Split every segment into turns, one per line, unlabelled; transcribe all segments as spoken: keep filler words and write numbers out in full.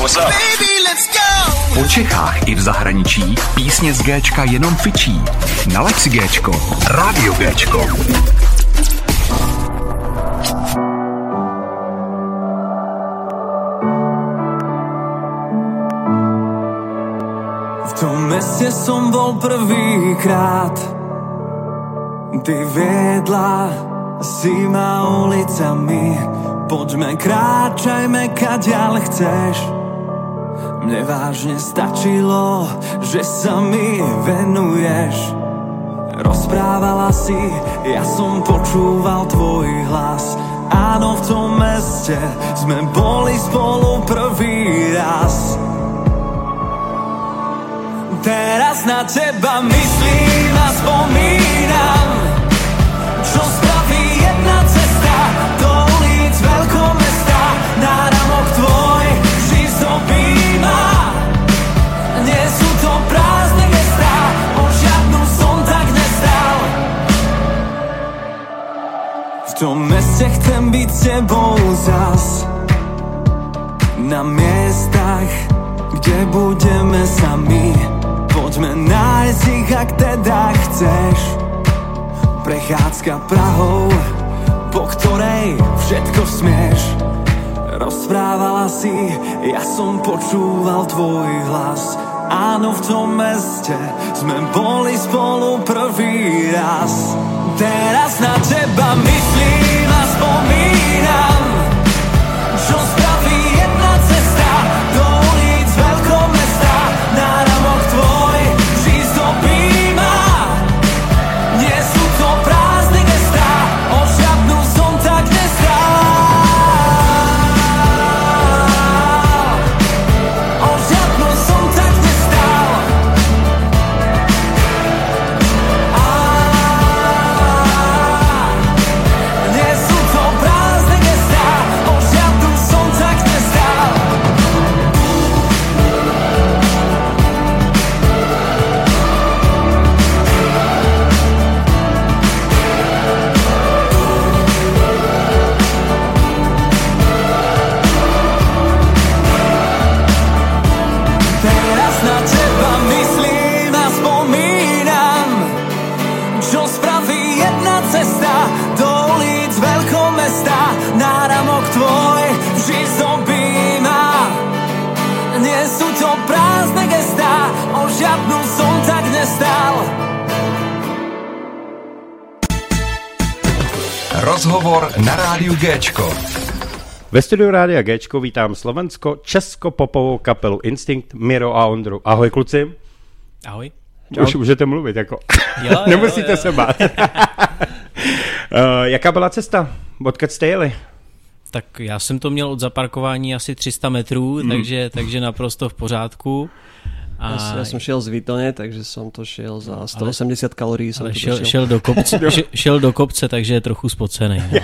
what's up? Baby, let's go!
Po Čechách i v zahraničí písně z Géčka jenom fičí. Nalaď si Géčko, Rádio Géčko.
V tom meste som bol prvýkrát. Ty viedla si ma ulicami. Poďme, kráčajme, kadiaľ chceš. Mne vážne stačilo, že sa mi venuješ. Rozprávala si, ja som počúval tvoj hlas. Áno, v tom meste sme boli spolu prvý raz. Teraz na teba myslím a spomínam, čo spraví jedna cesta do ulic veľkomesta. Náramok tvoj vždy zobíma. Nie sú to prázdne mestá, o žiadnu som tak nestal. V tom meste chcem byť s tebou zas, na miestach, kde budeme sami. Poďme nájsť ich, ak teda chceš. Prechádzka Prahou, po ktorej všetko smieš. Rozprávala si, ja som počúval tvoj hlas. Áno, v tom meste sme boli spolu prvý raz. Teraz na teba myslím a spomínam, čo spraví jedna cesta do ulic veľkomesta. Náramok tvoj vždy zobíma. Nie sú to prázdne gestá, o žiadnu som tak nestál. O žiadnu som tak nestál. A nie sú to prázdne gestá, o žiadnu som tak nestál. Teraz na teba myslím a spomínam, čo spraví jedna cesta do ulic veľkomesta. Náramok tvoj vždy zobíma. Nie sú to prázdne gestá, o žiadnu som tak nestál.
Rozhovor na Rádiu Géčko.
Ve studiu Rádia Géčko vítám slovensko-česko-popovou kapelu Instinct, Miro a Ondru. Ahoj kluci.
Ahoj.
Už můžete mluvit, jako.
Jo, jo,
Nemusíte
jo.
se bát. uh, jaká byla cesta? Odkud jste jeli?
Tak já jsem to měl od zaparkování asi tři sta metrů, mm. takže, takže naprosto v pořádku. A...
Ja, ja som šiel z Výtone, takže som to šiel za sto osemdesiat kalórií. Som
ale
to
šel,
došiel.
šel, do kopce, šel, šel do kopce, takže je trochu spocený. No.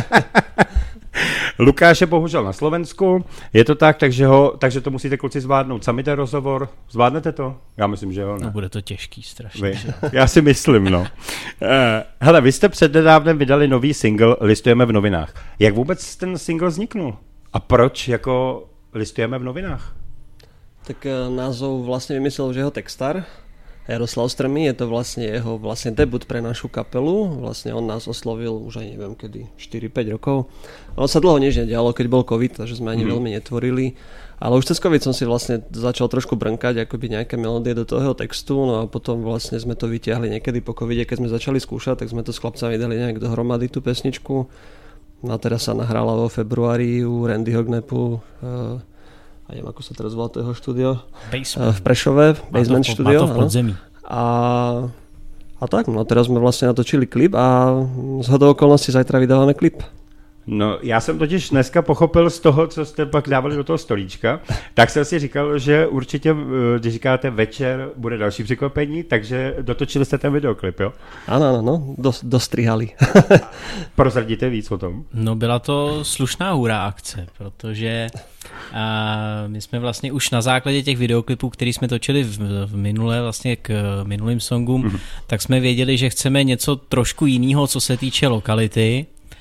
Lukáš je bohužel na Slovensku, je to tak, takže, ho, takže to musíte kluci zvládnout sami ten rozhovor. Zvládnete to? Já myslím, že jo. Ne?
No bude to těžký strašně.
Vy. Já si myslím, no. Uh, hele, vy jste přednedávnem vydali nový single Listujeme v novinách. Jak vůbec ten single vzniknul? A proč jako Listujeme v novinách?
Tak názov vlastne vymyslel už jeho textár Jaroslav Strmy, je to vlastne jeho vlastne debut pre našu kapelu. Vlastne on nás oslovil už aj neviem kedy, štyri päť rokov. On sa dlho nič nedialo, keď bol COVID, takže sme ani mm. veľmi netvorili. Ale už cez COVID som si vlastne začal trošku brnkať akoby nejaké melódie do toho textu, no a potom vlastne sme to vytiahli niekedy po covide, keď sme začali skúšať, tak sme to s chlapcami dali nejak dohromady tú pesničku. No a teraz sa nahrala vo februári u Randyho Gnepu, uh, a neviem, ako sa teraz volá to jeho štúdio, v Prešove, Basement štúdio.
Má to v podzemí.
A, a tak, no teraz sme vlastne natočili klip a zhodou okolností zajtra vydávame klip.
No, já jsem totiž dneska pochopil z toho, co jste pak dávali do toho stolíčka, tak jsem si říkal, že určitě, když říkáte večer, bude další překvapení, takže dotočili jste ten videoklip, jo?
Ano, ano, no, dos, dostrihali.
Prozradíte víc o tom?
No byla to slušná hurá akce, protože a my jsme vlastně už na základě těch videoklipů, který jsme točili v, v minule, vlastně k minulým songům, mm-hmm. tak jsme věděli, že chceme něco trošku jiného, co se týče lokality.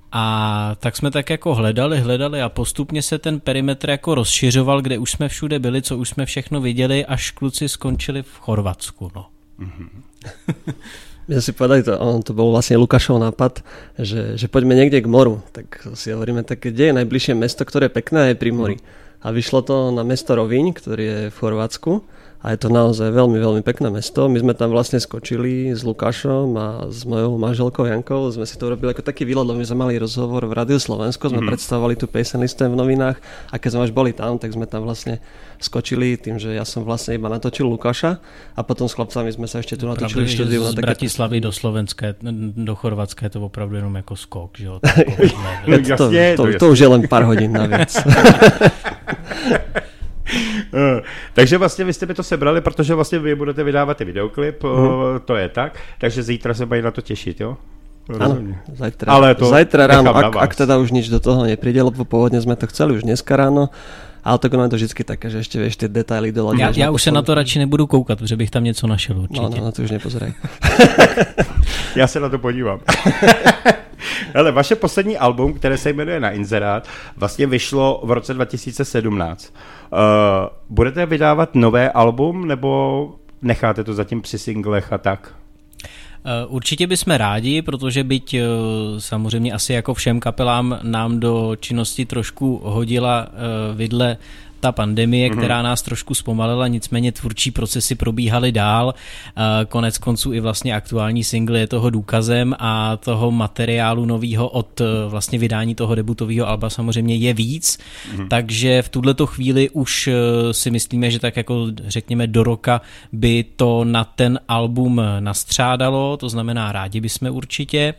A tak jsme tak jako hledali, hledali a postupně se ten perimetr jako rozšiřoval, kde už jsme všude byli, co už jsme všechno viděli, až kluci skončili v Chorvatsku. No. Mm-hmm.
My sme si povedali, to, on, to bol vlastne Lukášov nápad, že, že poďme niekde k moru. Tak si hovoríme, tak kde je najbližšie mesto, ktoré je pekné a je pri mori. A vyšlo to na mesto Rovíň, ktorý je v Chorvátsku. A je to naozaj veľmi, veľmi pekné mesto. My sme tam vlastne skočili s Lukášom a s mojou manželkou Jankou. Sme si to urobili ako taký výlet, lebo my sme mali rozhovor v Rádiu Slovensko, sme mm-hmm. predstavovali tú pieseň listujem v novinách a keď sme až boli tam, tak sme tam vlastne skočili tým, že ja som vlastne iba natočil Lukáša a potom s chlapcami sme sa ešte tu natočili v štúdiu.
Z Bratislavy do Slovenska, do Chorvátska je to opravdu jenom jako skok, že jo?
to, to, to, to už je len pár hodín navíc.
Uh, takže vlastně vy jste mi to sebrali, protože vlastně vy budete vydávat i videoklip, uh, to je tak, takže zítra se mají na to těšit, jo?
Áno, zajtra, Ale to zajtra ráno, ak, ak teda už nič do toho nepríde, lebo pôvodne sme to chceli už dneska ráno, ale to je to vždycky také, že ešte vieš tie detaily doladíš.
Já, já už se na to radši nebudu koukat, protože bych tam něco našel určitě.
No, no, no to už nepozeraj.
Já se na to podívám. Hele, vaše poslední album, které se jmenuje Na inzerát, vlastně vyšlo v roce dva tisíce sedmnáct. Uh, budete vydávat nové album, nebo necháte to zatím při singlech a tak?
Určitě bychom rádi, protože byť samozřejmě asi jako všem kapelám nám do činnosti trošku hodila vidle ta pandemie, která nás trošku zpomalila, nicméně tvůrčí procesy probíhaly dál. Konec konců i vlastně aktuální single je toho důkazem a toho materiálu novýho od vlastně vydání toho debutového alba samozřejmě je víc, mm. takže v tuhleto chvíli už si myslíme, že tak jako řekněme do roka by to na ten album nastřádalo, to znamená rádi bychom určitě.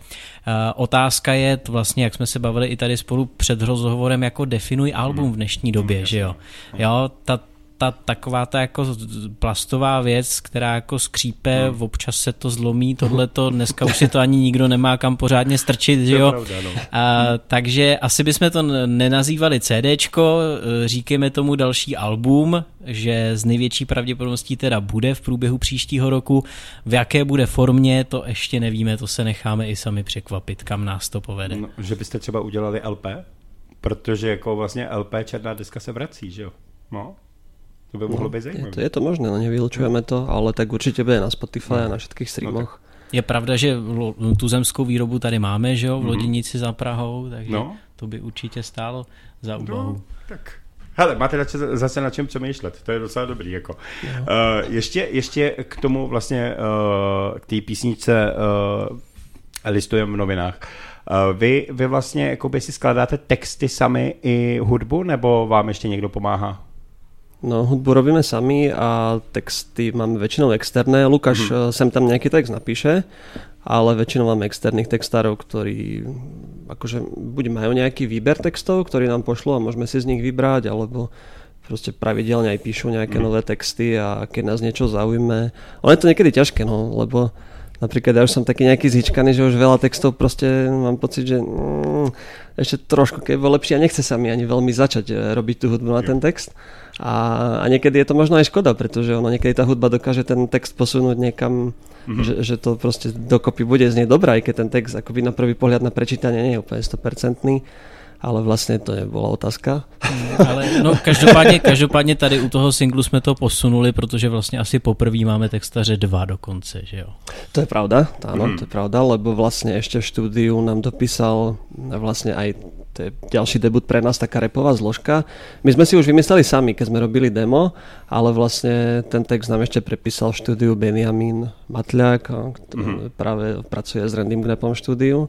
Otázka je vlastně, jak jsme se bavili i tady spolu před rozhovorem, jako definuj album v dnešní době, že jo. Jo, ta, ta taková ta jako plastová věc, která jako skřípe, občas se to zlomí, tohleto, dneska už si to ani nikdo nemá kam pořádně strčit, že jo. A, takže asi bychom to nenazývali CDčko, říkáme tomu další album, že z největší pravděpodobností teda bude v průběhu příštího roku. V jaké bude formě, to ještě nevíme, to se necháme i sami překvapit, kam nás to povede.
No, že byste třeba udělali L P? Protože jako vlastně L P černá deska se vrací, že jo? No, to by mohlo no, být zajímavé.
Je to, je to možné, no nevylučujeme to, ale tak určitě bude na Spotify no. a na všetkých streamoch.
No, je pravda, že tu zemskou výrobu tady máme, že jo, v Lodinici za Prahou, takže no. to by určitě stálo za úvahu.
No, tak... Hele, máte zase na čem přemýšlet, to je docela dobrý. Jako. Uh, ještě, ještě k tomu vlastně, uh, k té písničce uh, Listujem v novinách. Uh, vy, vy vlastně jakoby si skládáte texty sami i hudbu, nebo vám ještě někdo pomáhá?
No, hudbu robíme sami a texty máme väčšinou externé. Lukáš hmm. sem tam nejaký text napíše, ale väčšinou máme externých textárov, ktorí akože buď majú nejaký výber textov, ktorý nám pošlú a môžeme si z nich vybrať, alebo proste pravidelne aj píšu nejaké hmm. nové texty a keď nás niečo zaujme. Ono je to niekedy ťažké, no, lebo napríklad ja už som taký nejaký zíčkaný, že už veľa textov proste mám pocit, že mm, ešte trošku keď bol lepšie a nechce sa mi ani veľmi začať robiť tú hudbu na ten text. A, a niekedy je to možno aj škoda, pretože ono niekedy tá hudba dokáže ten text posunúť niekam, mm-hmm. že, že to proste dokopy bude znieť dobré, aj keď ten text akoby na prvý pohľad na prečítanie nie je úplne sto percent. Ale vlastně to nebyla otázka.
Ale no, každopádně, každopádně tady u toho singlu jsme to posunuli, protože vlastně asi poprvé máme textaře dva dokonce, že jo?
To je pravda, áno, mm. to je pravda, lebo vlastně ještě v štúdiu nám dopísal vlastně aj to je ďalší debut pre nás, taká rapová zložka. My sme si už vymysleli sami, keď sme robili demo, ale vlastne ten text nám ešte prepísal v štúdiu Benjamin Matľák, ktorý mm. práve pracuje s Randym Gnepom v štúdiu.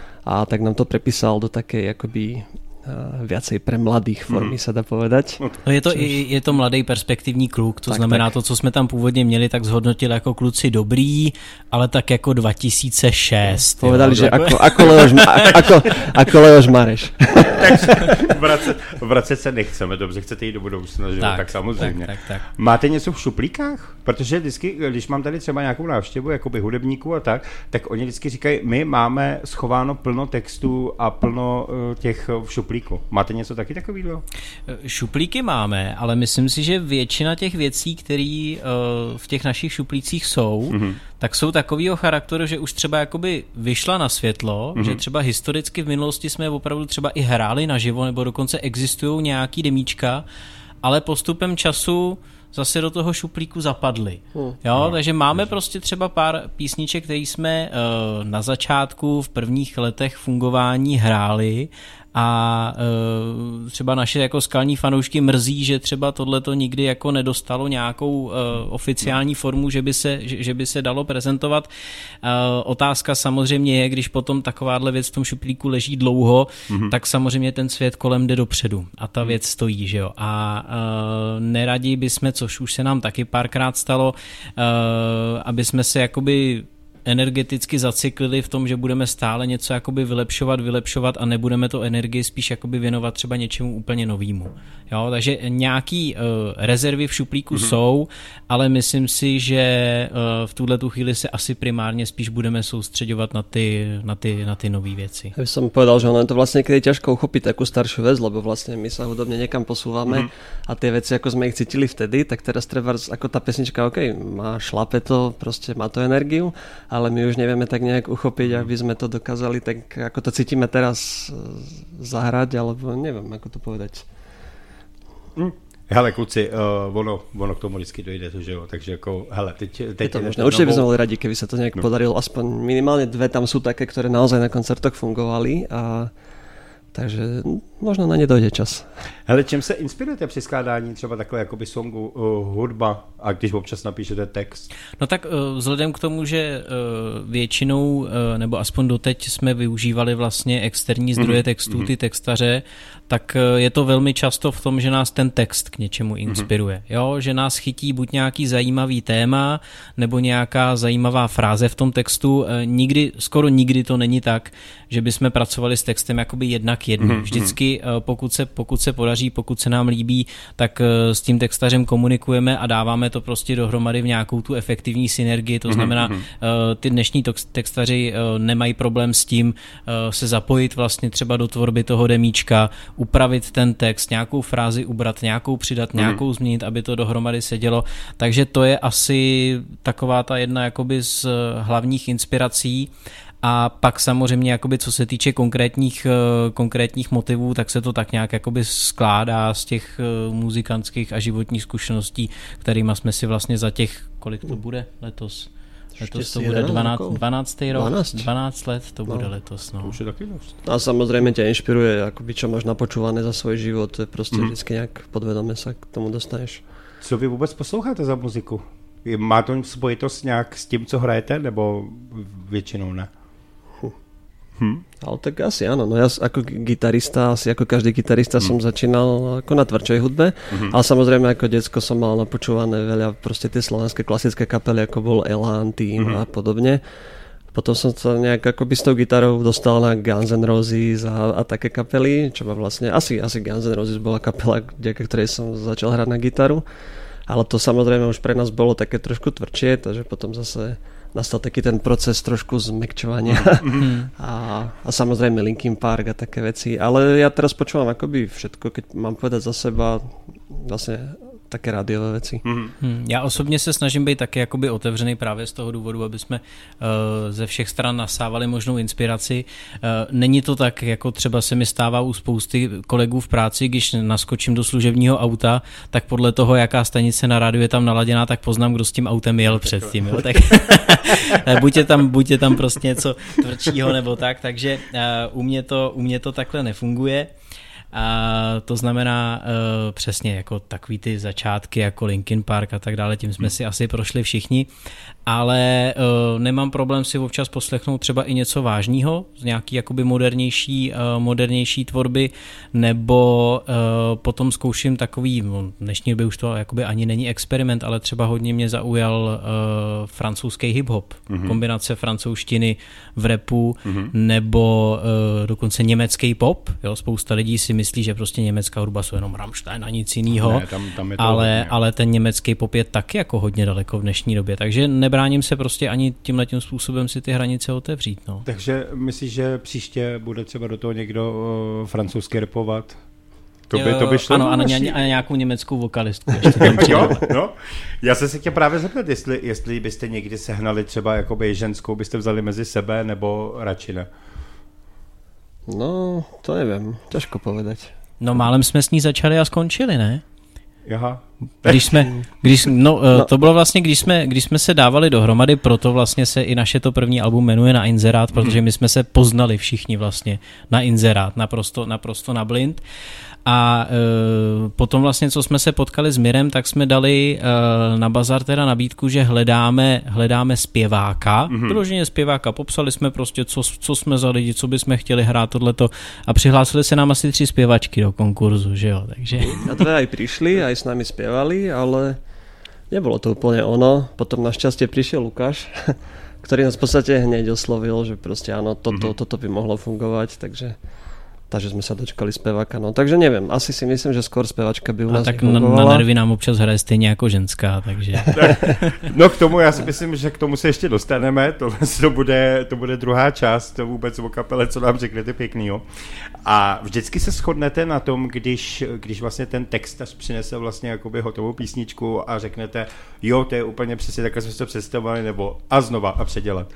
A tak nám to prepísal do takej akoby uh, viacej pre mladých formy, mm. sa dá povedať.
No je to, Což... je to mladý perspektivní kluk, to tak, znamená tak. To, co jsme tam původně měli, tak zhodnotil jako kluci dobrý, ale tak jako dva tisíce šest.
No, povedali, jo, že ako, ako, Leoš, ako, ako Leoš Mareš.
Takže vracet, vracet se nechceme, dobře, chcete jít do budoucna, že? Tak, tak samozřejmě. Tak, tak, tak. Máte něco v šuplíkách? Protože vždycky, když mám tady třeba nějakou návštěvu, jakoby hudebníků a tak, tak oni vždycky říkají, my máme schováno plno textů a plno těch v šuplíkách. šuplíku. Máte něco taky takového?
Šuplíky máme, ale myslím si, že většina těch věcí, které uh, v těch našich šuplících jsou, mm-hmm. tak jsou takového charakteru, že už třeba jakoby vyšla na světlo, mm-hmm. že třeba historicky v minulosti jsme opravdu třeba i hráli naživo, nebo dokonce existují nějaký demíčka, ale postupem času zase do toho šuplíku zapadly. Hmm. Jo, takže máme prostě třeba pár písniček, které jsme uh, na začátku v prvních letech fungování hráli a uh, třeba naše jako skalní fanoušky mrzí, že třeba tohleto nikdy jako nedostalo nějakou uh, oficiální formu, že by se, že, že by se dalo prezentovat. Uh, otázka samozřejmě je, když potom takováhle věc v tom šuplíku leží dlouho, mm-hmm. tak samozřejmě ten svět kolem jde dopředu a ta věc stojí, že jo. A uh, neradi bychom, což už se nám taky párkrát stalo, uh, aby jsme se jakoby energeticky zacyklili v tom, že budeme stále něco jakoby vylepšovat, vylepšovat a nebudeme to energii spíš jakoby věnovat třeba něčemu úplně novému. Jo, takže nějaký uh, rezervy v šuplíku mm-hmm. jsou, ale myslím si, že uh, v tuhle tu chvíli se asi primárně spíš budeme soustředovat na ty, na ty, na ty nové věci.
Ja by som povedal, že ono je to vlastne niekedy ťažko uchopiť takú staršiu vec, lebo vlastne my sa hudobne niekam posúvame mm-hmm. a tie veci, ako sme ich cítili vtedy, tak teraz treba ako tá pesnička, ok, má šlape to, proste má to energiu, ale my už nevieme tak nejak uchopiť, aby sme to dokázali tak, ako to cítime teraz, zahrať, alebo neviem, ako to povedať.
Hm. Hele, kluci, uh, ono, ono k tomu vždycky dojde, to, že jo, takže jako, hele, teď... teď
je to možné, určite by sme boli radi, keby sa to nejak no. podarilo, aspoň minimálne dve tam sú také, ktoré naozaj na koncertoch fungovali a takže možno na ně dojde čas.
Hele, čem se inspirujete při skládání třeba takhle jakoby songu, uh, hudba a když občas napíšete text?
No tak uh, vzhledem k tomu, že uh, většinou, uh, nebo aspoň doteď jsme využívali vlastně externí zdroje mm-hmm. textů, ty textaře, tak uh, je to velmi často v tom, že nás ten text k něčemu inspiruje. Mm-hmm. Jo, že nás chytí buď nějaký zajímavý téma, nebo nějaká zajímavá fráze v tom textu. Uh, nikdy, skoro nikdy to není tak, že bychom pracovali s textem jakoby jednak jedný. Vždycky, pokud se, pokud se podaří, pokud se nám líbí, tak s tím textařem komunikujeme a dáváme to prostě dohromady v nějakou tu efektivní synergii. To znamená, ty dnešní textaři nemají problém s tím se zapojit vlastně třeba do tvorby toho demíčka, upravit ten text, nějakou frázi ubrat, nějakou přidat, nějakou změnit, aby to dohromady sedělo. Takže to je asi taková ta jedna jakoby z hlavních inspirací. A pak samozřejmě, jakoby, co se týče konkrétních, konkrétních motivů, tak se to tak nějak jakoby skládá z těch muzikantských a životních zkušeností, kterými jsme si vlastně za těch, kolik to bude letos? Letos to bude dvanáctý rok, dvanáct let to bude no. letos. No.
To už je taky dost.
A samozřejmě tě inspiruje, jakoby, čo máš napočúvané za svůj život, to je prostě mm. vždycky nějak podvědomě se k tomu dostaneš.
Co vy vůbec posloucháte za muziku? Má to spojitost nějak s tím, co hrajete, nebo většinou ne?
Hm. Ale tak asi áno, no ja ako gitarista, asi ako každý gitarista hm. som začínal ako na tvrdšej hudbe, hm. ale samozrejme ako decko som mal napočúvané veľa proste tie slovenské klasické kapely, ako bol Elán, Tým hm. a podobne. Potom som sa nejak akoby s tou gitarou dostal na Guns N' Roses a, a také kapely, čo ma vlastne, asi, asi Guns N' Roses bola kapela, vďaka ktorej som začal hrať na gitaru, ale to samozrejme už pre nás bolo také trošku tvrdšie, takže potom zase nastal taký ten proces trošku zmekčovania mm. a, a samozrejme Linkin Park a také veci, ale ja teraz počúvam akoby všetko, keď mám povedať za seba, vlastne také rádiové věci.
Hmm. Já osobně se snažím být taky jakoby otevřený právě z toho důvodu, aby jsme uh, ze všech stran nasávali možnou inspiraci. Uh, není to tak, jako třeba se mi stává u spousty kolegů v práci, když naskočím do služebního auta, tak podle toho, jaká stanice na rádiu je tam naladěná, tak poznám, kdo s tím autem jel předtím. Jo? Tak buď, je tam, buď je tam prostě něco tvrdšího nebo tak, takže uh, u, mě to, u mě to takhle nefunguje. A to znamená uh, přesně jako takový ty začátky jako Linkin Park a tak dále, tím jsme si asi prošli všichni, ale uh, nemám problém si občas poslechnout třeba i něco vážného z nějaký jakoby modernější, uh, modernější tvorby, nebo uh, potom zkouším takový, no, dnešní době už to jakoby ani není experiment, ale třeba hodně mě zaujal uh, francouzský hip-hop, mm-hmm. kombinace francouzštiny v rapu, mm-hmm. nebo uh, dokonce německý pop, jo, spousta lidí si myslí, myslí, že prostě německá hudba jsou jenom Rammstein a nic jinýho,
ne, tam, tam je to
ale,
hodně.
ale ten německý pop je taky jako hodně daleko v dnešní době, takže nebráním se prostě ani tímhletím způsobem si ty hranice otevřít. No.
Takže myslíš, že příště bude třeba do toho někdo uh, francouzsky rapovat? To by, to by šlo?
Ano, ano, a nějakou německou vokalistku.
Jo, no. Já jsem se chtěl právě zeptat, jestli, jestli byste někdy sehnali třeba jakoby ženskou, byste vzali mezi sebe, nebo radši ne?
No, to nevím, těžko povedať.
No málem jsme s ní začali a skončili, ne?
Aha.
Když jsme, když, no, no, to bylo vlastně, když jsme, když jsme se dávali dohromady, proto vlastně se i naše to první album jmenuje Na inzerát, protože my jsme se poznali všichni vlastně na inzerát, naprosto, naprosto na blind. A e, potom vlastně, co jsme se potkali s Mirem, tak jsme dali e, na bazar teda nabídku, že hledáme, hledáme zpěváka, mm-hmm. vyloženě zpěváka, popsali jsme prostě, co, co jsme za lidi, co bychom chtěli hrát tohleto a přihlásili se nám asi tři zpěvačky do konkurzu, že jo, takže...
A dve aj prišli, aj s nami spievali, ale nebolo to úplne ono. Potom našťastie prišiel Lukáš, ktorý nás v podstate hneď oslovil, že proste áno, toto, mm-hmm. toto by mohlo fungovať, takže... Takže jsme se dočkali zpěváka, no. Takže nevím, asi si myslím, že skôr zpěvačka by u nás
tak na, na nervy nám občas hraje stejně jako ženská, takže...
No k tomu, já si myslím, že k tomu se ještě dostaneme, tohle to bude, to bude druhá část, to vůbec o kapele, co nám řeknete pěknýho. A vždycky se shodnete na tom, když, když vlastně ten textař přinese vlastně jakoby hotovou písničku a řeknete, jo, to je úplně přesně takhle jsme si to představovali, nebo a znova a předělat.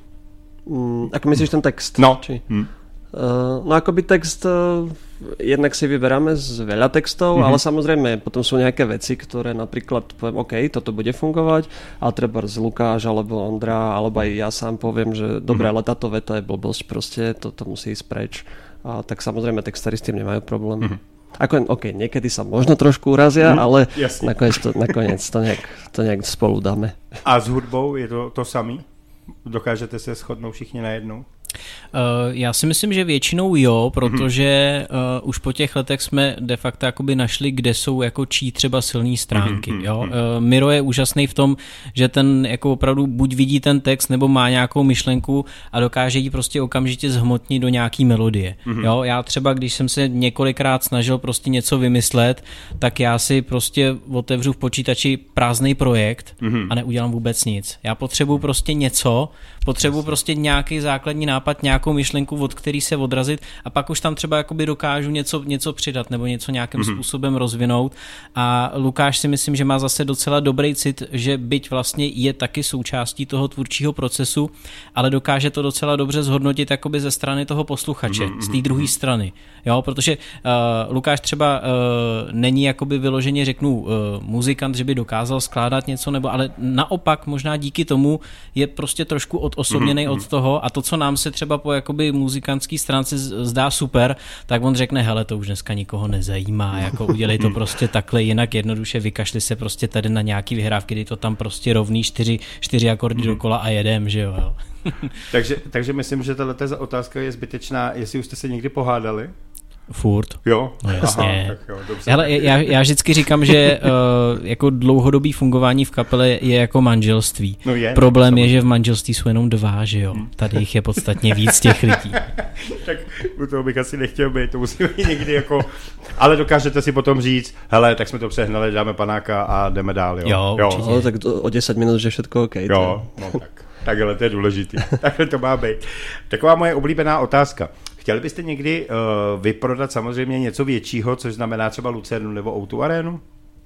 Mm, ako myslíš ten text?
No.
Či?
Hmm.
Uh, no akoby text uh, jednak si vyberáme z veľa textov, mm-hmm. ale samozrejme potom sú nejaké veci, ktoré napríklad poviem, OK, toto bude fungovať, ale treba z Lukáš alebo Ondra, alebo aj ja sám poviem, že dobre, mm-hmm. ale táto veta je blbosť, proste toto musí ísť preč. A tak samozrejme textári s tým nemajú problém. Mm-hmm. Ako, OK, niekedy sa možno trošku urazia, mm, ale nakoniec to, nakoniec to, nejak, to nejak spolu dáme.
A s hudbou je to to samý? Dokážete se shodnout všichni najednou?
Uh, já si myslím, že většinou jo, protože uh, už po těch letech jsme de facto jakoby našli, kde jsou jako čí třeba silné stránky. Jo? Uh, Miro je úžasný v tom, že ten jako opravdu buď vidí ten text, nebo má nějakou myšlenku a dokáže ji prostě okamžitě zhmotnit do nějaký melodie. Jo? Já třeba, když jsem se několikrát snažil prostě něco vymyslet, tak já si prostě otevřu v počítači prázdný projekt a neudělám vůbec nic. Já potřebuju prostě něco, potřebuju prostě nějaký základní nápad, nějakou myšlenku, od který se odrazit a pak už tam třeba jakoby dokážu něco, něco přidat nebo něco nějakým mm-hmm. způsobem rozvinout a Lukáš si myslím, že má zase docela dobrý cit, že byť vlastně je taky součástí toho tvůrčího procesu, ale dokáže to docela dobře zhodnotit jakoby ze strany toho posluchače, mm-hmm. z té druhé strany. Jo, protože uh, Lukáš třeba uh, není jakoby vyloženě řeknu uh, muzikant, že by dokázal skládat něco, nebo ale naopak možná díky tomu je prostě trošku odosobněnej mm-hmm. od toho a to, co nám se třeba po jakoby muzikantský stránce zdá super, tak on řekne, hele, to už dneska nikoho nezajímá, jako udělej to prostě takhle, jinak jednoduše vykašli se prostě tady na nějaký vyhrávky, kdy to tam prostě rovný čtyři, čtyři akordy mm. dokola a jedem, že jo.
takže, takže myslím, že tato otázka je zbytečná, jestli už jste se někdy pohádali?
Furt.
Jo?
No jasně.
Aha, tak jo, dobře.
Hele, já, já vždycky říkám, že uh, jako dlouhodobý fungování v kapele je jako manželství. No je, Problém je, že v manželství jsou jenom dva, že jo. Tady jich je podstatně víc těch lidí.
Tak u toho bych asi nechtěl být, to musí být někdy jako... Ale dokážete si potom říct, hele, tak jsme to přehnali, dáme panáka a jdeme dál, jo.
Jo, jo.
No, tak to, o deset minut, že všetko OK.
Jo, no tak. Takhle to je důležitý. Takhle to má být. Taková moje oblíbená otázka. Chtěli byste někdy uh, vyprodat samozřejmě něco většího, což znamená třeba Lucernu nebo ó dva Arénu?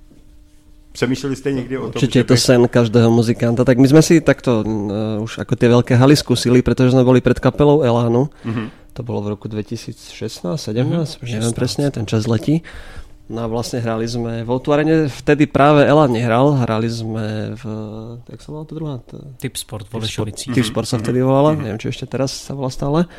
Přemýšleli jste někdy o tom?
Určite je to sen každého muzikanta. Tak my sme si takto uh, už ako tie veľké haly skúsili, pretože sme boli pred kapelou Elánu. Mm-hmm. To bolo v roku dvetisícšestnásť sedemnásť, mm-hmm. neviem presne, ten čas letí. No a vlastne hrali sme v ó dva Aréne, vtedy práve Elán nehral, hrali sme v, jak sa volala to druhá?
Tip Sport vo Lešovicích.
Tip Sport sa vtedy volala, mm-hmm. neviem, či ešte teraz sa volá stále.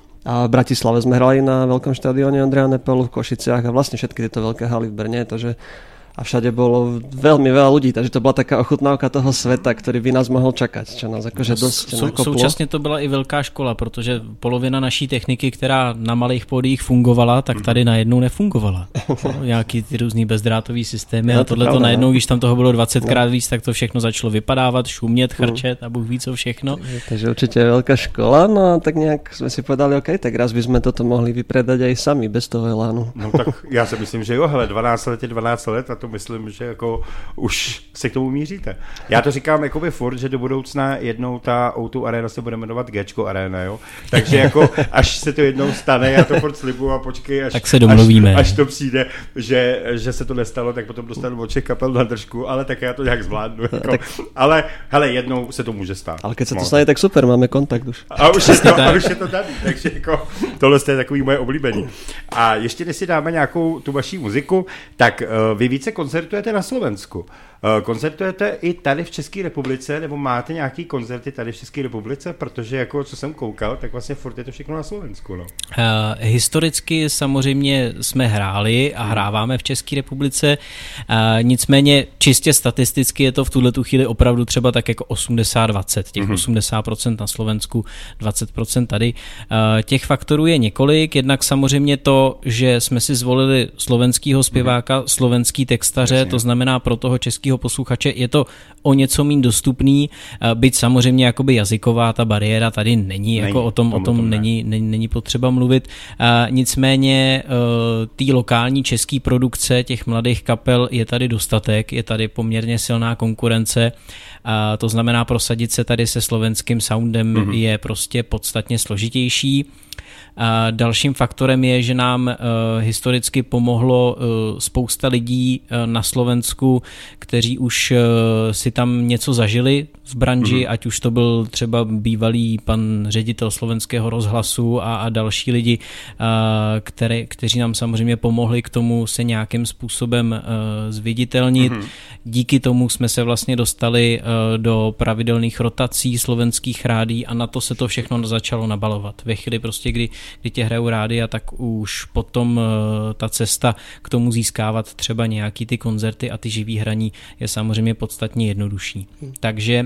A v Bratislave sme hrali na veľkom štadióne Ondreja Nepelu v Košiciach a vlastne všetky tieto veľké haly v Brne, takže a všade bolo veľmi veľa ľudí, takže to bola taká ochutnávka toho sveta, ktorý by nás mohol čakať, čo nás akože dosť
Sou,
nakoplo.
Současně to byla i velká škola, protože polovina naší techniky, která na malých pódiích fungovala, tak tady najednou nefungovala. No, nějaký ty různý bezdrátový systémy
no,
a tohle to najednou, když tam toho bylo dvacetkrát víc, tak to všechno začalo vypadávat, šumět, chrčet a Bůh ví co všechno.
Takže, takže určite je veľká škola, no a tak nejak sme si povedali, OK, tak raz by sme toto mohli vypredať aj sami, bez toho elánu.
No tak já si myslím, že jo, hele, dvanáct let je dvanáct let a to myslím, že jako už se k tomu míříte. Já to říkám jakoby furt, že do budoucna jednou ta ó dva Arena se bude jmenovat Géčko Arena, jo. Takže jako až se to jednou stane, já to furt slibuju a počkej, až,
tak se domluvíme.
Až, až to přijde, že, že se to nestalo, tak potom dostanu od všech kapel na držku, ale tak já to nějak zvládnu. Jako. Tak... Ale hele, jednou se to může stát.
Ale keď se to stane, tak super, máme kontakt už.
A už je to, a už je to tady, takže jako tohle je takový moje oblíbení. A ještě než si dáme nějakou tu vaší muziku, tak uh, vy více koncertujete na Slovensku. Uh, koncertujete i tady v České republice, nebo máte nějaký koncerty tady v České republice? Protože jako co jsem koukal, tak vlastně furt je to všechno na Slovensku. No.
Uh, historicky samozřejmě jsme hráli a hráváme v České republice, uh, nicméně čistě statisticky je to v tuhletu chvíli opravdu třeba tak jako osmdesát dvacet, těch mm-hmm. osmdesát procent na Slovensku, dvacet procent tady. Uh, těch faktorů je několik, jednak samozřejmě to, že jsme si zvolili slovenskýho zpěváka, mm-hmm. slovenský textaře, Jasně. to znamená pro toho českého posluchače je to o něco méně dostupný, byť samozřejmě jakoby jazyková ta bariéra tady není, není jako o tom, o tom, tom není, není, není potřeba mluvit. A nicméně té lokální české produkce těch mladých kapel je tady dostatek, je tady poměrně silná konkurence, a to znamená prosadit se tady se slovenským soundem mm-hmm. je prostě podstatně složitější. A dalším faktorem je, že nám uh, historicky pomohlo uh, spousta lidí uh, na Slovensku, kteří už uh, si tam něco zažili v branži, mm-hmm. ať už to byl třeba bývalý pan ředitel Slovenského rozhlasu a, a další lidi, uh, které, kteří nám samozřejmě pomohli k tomu se nějakým způsobem uh, zviditelnit. Mm-hmm. Díky tomu jsme se vlastně dostali uh, do pravidelných rotací slovenských rádií a na to se to všechno začalo nabalovat. Ve chvíli prostě, kdy kdy tě hrajou rádia, tak už potom uh, ta cesta k tomu získávat třeba nějaký ty koncerty a ty živý hraní je samozřejmě podstatně jednodušší. Hmm. Takže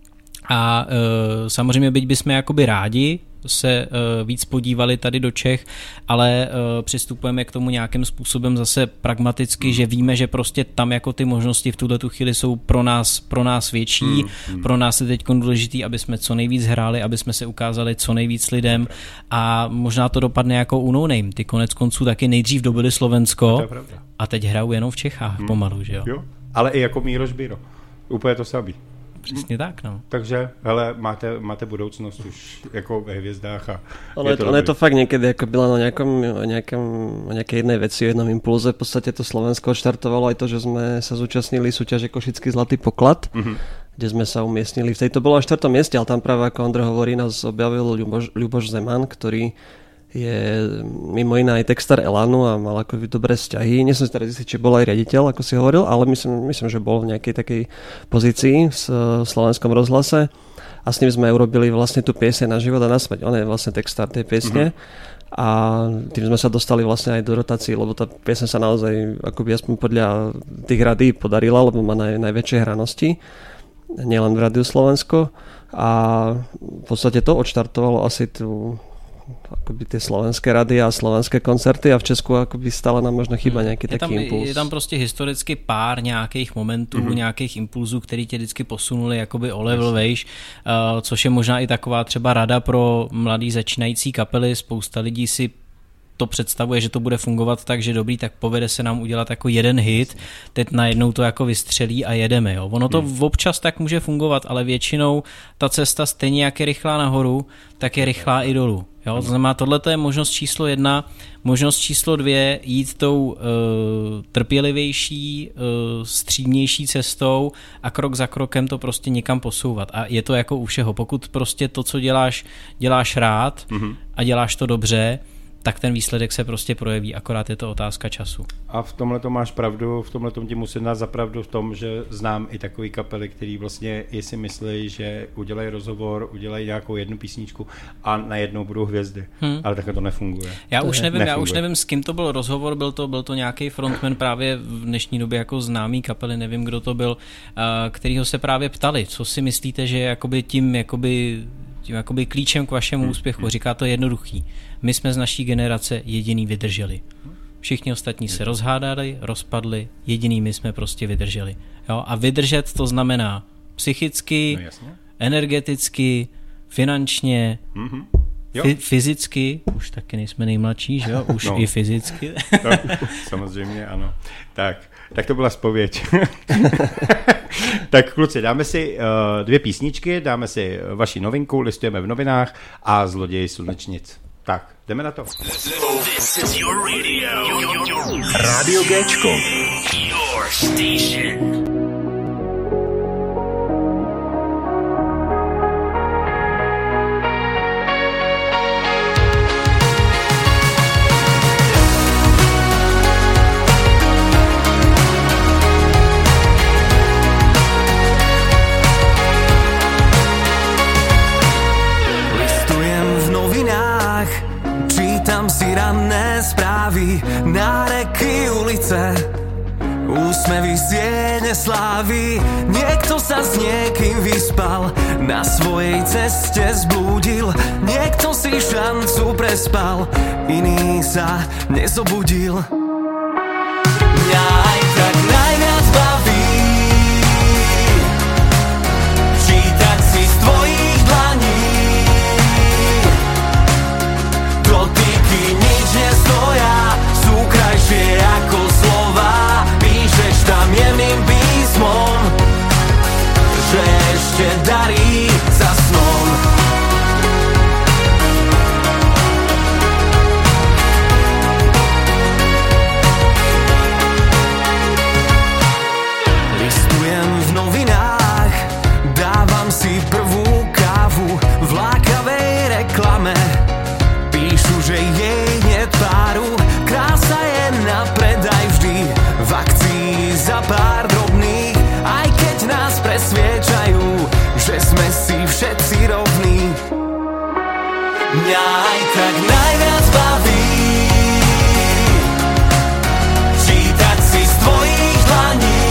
a uh, samozřejmě byť bychom jakoby rádi se uh, víc podívali tady do Čech, ale uh, přistupujeme k tomu nějakým způsobem zase pragmaticky, mm. že víme, že prostě tam jako ty možnosti v tuhletu chvíli jsou pro nás, pro nás větší, mm. Mm. pro nás je teď důležitý, aby jsme co nejvíc hráli, aby jsme se ukázali co nejvíc lidem a možná to dopadne jako u No Name. Ty konec konců taky nejdřív dobili Slovensko a teď hrajou jenom v Čechách mm. pomalu, že jo?
jo? Ale i jako Míroš Biro. Úplně to samý.
Přesně tak, no.
Takže, hele, máte, máte budoucnost už jako ve hvězdách a
ono je to, ono je to fakt niekedy ako byla na nejakom, nejakom, nejakej jednej veci, jednom impulze. V podstate to Slovensko odštartovalo aj to, že sme sa zúčastnili súťaže Košický zlatý poklad, mm-hmm. kde sme sa umiestnili. V tejto bolo na štvrtom mieste, ale tam práve ako Ondro hovorí, nás objavil Ľuboš, Ľuboš Zeman, ktorý je mimo iné aj textár Elánu a mal ako dobré vzťahy. Nie som si teraz istý, či bol aj riaditeľ, ako si hovoril, ale myslím, myslím, že bol v nejakej takej pozícii v slovenskom rozhlase a s ním sme urobili vlastne tú pieseň Na život a na smrť. On je vlastne textár tej piesne mm-hmm. a tým sme sa dostali vlastne aj do rotácií, lebo tá pieseň sa naozaj akoby aspoň podľa tých radí podarila, lebo má naj, najväčšie hranosti, nielen v Rádiu Slovensko a v podstate to odštartovalo asi tú akoby tie slovenské rady a slovenské koncerty a v Česku akoby stále nám možno chýba nějaký je taký
tam,
impuls.
Je tam prostě historicky pár nějakých momentů, mm-hmm. nějakých impulzů, který tě vždycky posunuli jakoby o level vejš, uh, což je možná i taková třeba rada pro mladý začínající kapely. Spousta lidí si to představuje, že to bude fungovat tak, že dobrý, tak povede se nám udělat jako jeden hit, teď najednou to jako vystřelí a jedeme. Jo. Ono to hmm. občas tak může fungovat, ale většinou ta cesta stejně jak je rychlá nahoru, tak je rychlá i dolů. Jo. To znamená, tohle je možnost číslo jedna. Možnost číslo dvě, jít tou uh, trpělivější, uh, střídnější cestou a krok za krokem to prostě někam posouvat. A je to jako u všeho. Pokud prostě to, co děláš, děláš rád mm-hmm. a děláš to dobře, tak ten výsledek se prostě projeví, akorát je to otázka času.
A v tomhle to máš pravdu, v tomhle ti musím dát za pravdu v tom, že znám i takový kapely, který vlastně i si myslí, že udělají rozhovor, udělají nějakou jednu písničku a najednou budou hvězdy. Hmm. Ale takhle to nefunguje.
Já
to
už
je,
nevím,
nefunguje.
já už nevím, s kým to byl rozhovor, byl to, byl to nějaký frontman právě v dnešní době jako známý kapely, nevím, kdo to byl, kterýho se právě ptali, co si myslíte, že je jakoby tím, jakoby tím jakoby klíčem k vašemu hmm. úspěchu. Říká to jednoduchý. My jsme z naší generace jediný vydrželi. Všichni ostatní se rozhádali, rozpadli, jediný my jsme prostě vydrželi. Jo? A vydržet to znamená psychicky, no, energeticky, finančně, mm-hmm. F- fyzicky, už taky nejsme nejmladší, že jo? Už no. i fyzicky.
No, samozřejmě, ano. Tak, tak to byla zpověď. Tak kluci, dáme si uh, dvě písničky, dáme si vaši novinku, listujeme v novinách a Zloději slunečnic. Tak, jdeme na to.
Rádio Géčko. Your station.
Čítam si ranné správy, náreky, ulice, úsmevy siene slávy. Niekto sa s niekým vyspal, na svojej ceste zblúdil. Niekto si šancu prespal, iný sa nezobudil. Mňa aj tak najviac baví čítať si z tvojich dlaní. Dotyky nič nestoja, sú krajšie ako slova. Píšeš tam jemným písmom, že ešte darí za snom. Listujem v novinách, dávam si prvú kávu v lákavej reklame. Píšu, že jej nie páru, krása je na predaj vždy, v akcii za pár drobných. Aj keď nás presviečajú, že sme si všetci rovní. Mňa aj tak najviac baví čítať si z tvojich dlaní.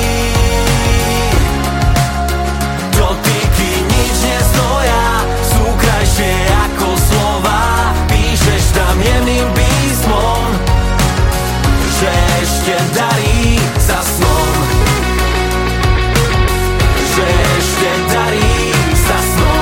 Dotyky nič nestoja, sú krajšie ako slova. Píšeš tam jemným písmom, že ešte darí za snom. Že ešte darí za snom.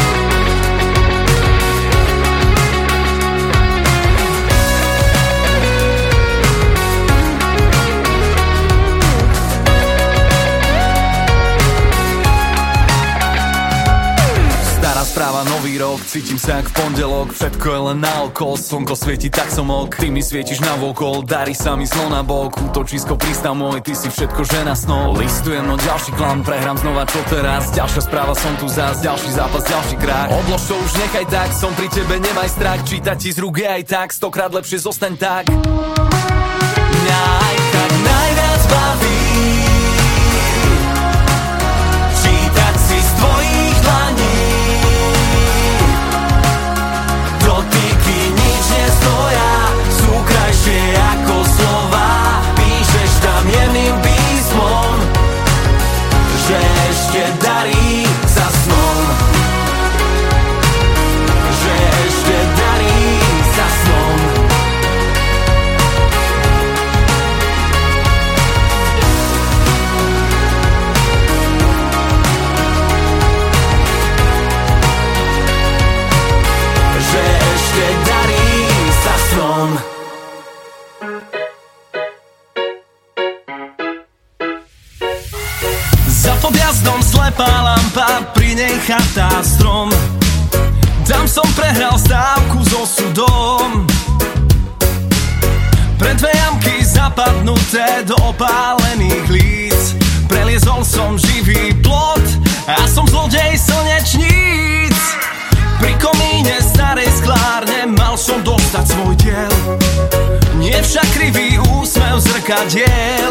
Stará správa, nový rok, cítim sa jak v pondelok. Všetko je len naokol, slnko svieti, tak som ok. Ty mi svietiš na vokol, darí sa mi zlo na bok. Útočisko, prístav môj, ty si všetko žena snov. Listujem, no ďalší klam, prehrám znova čo teraz. Ďalšia správa, som tu zás, ďalší zápas, ďalší krák. Odlož to už nechaj tak, som pri tebe, nemaj strach. Čítať ti z rúk je aj tak, stokrát lepšie zostaň tak. Mňa aj tak najviac baví čítať si z tvojich dlaní. Dotyky nič nestoja, sú krajšie ako slova. Píšeš tam jemným písmom, že ešte darí za snom. Že ešte darí za snom. Že ešte darí za snom. Za podjazdom slepá lampa, pri nej chata strom. Tam som prehral stávku so sudom. Pre dve jamky zapadnuté do opálených líc. Preliezol som živý plot a som zlodej slnečníc. Pri komíne starej sklárne mal som dostať dostať svoj diel. Nie však krivý úsmev zrkadiel.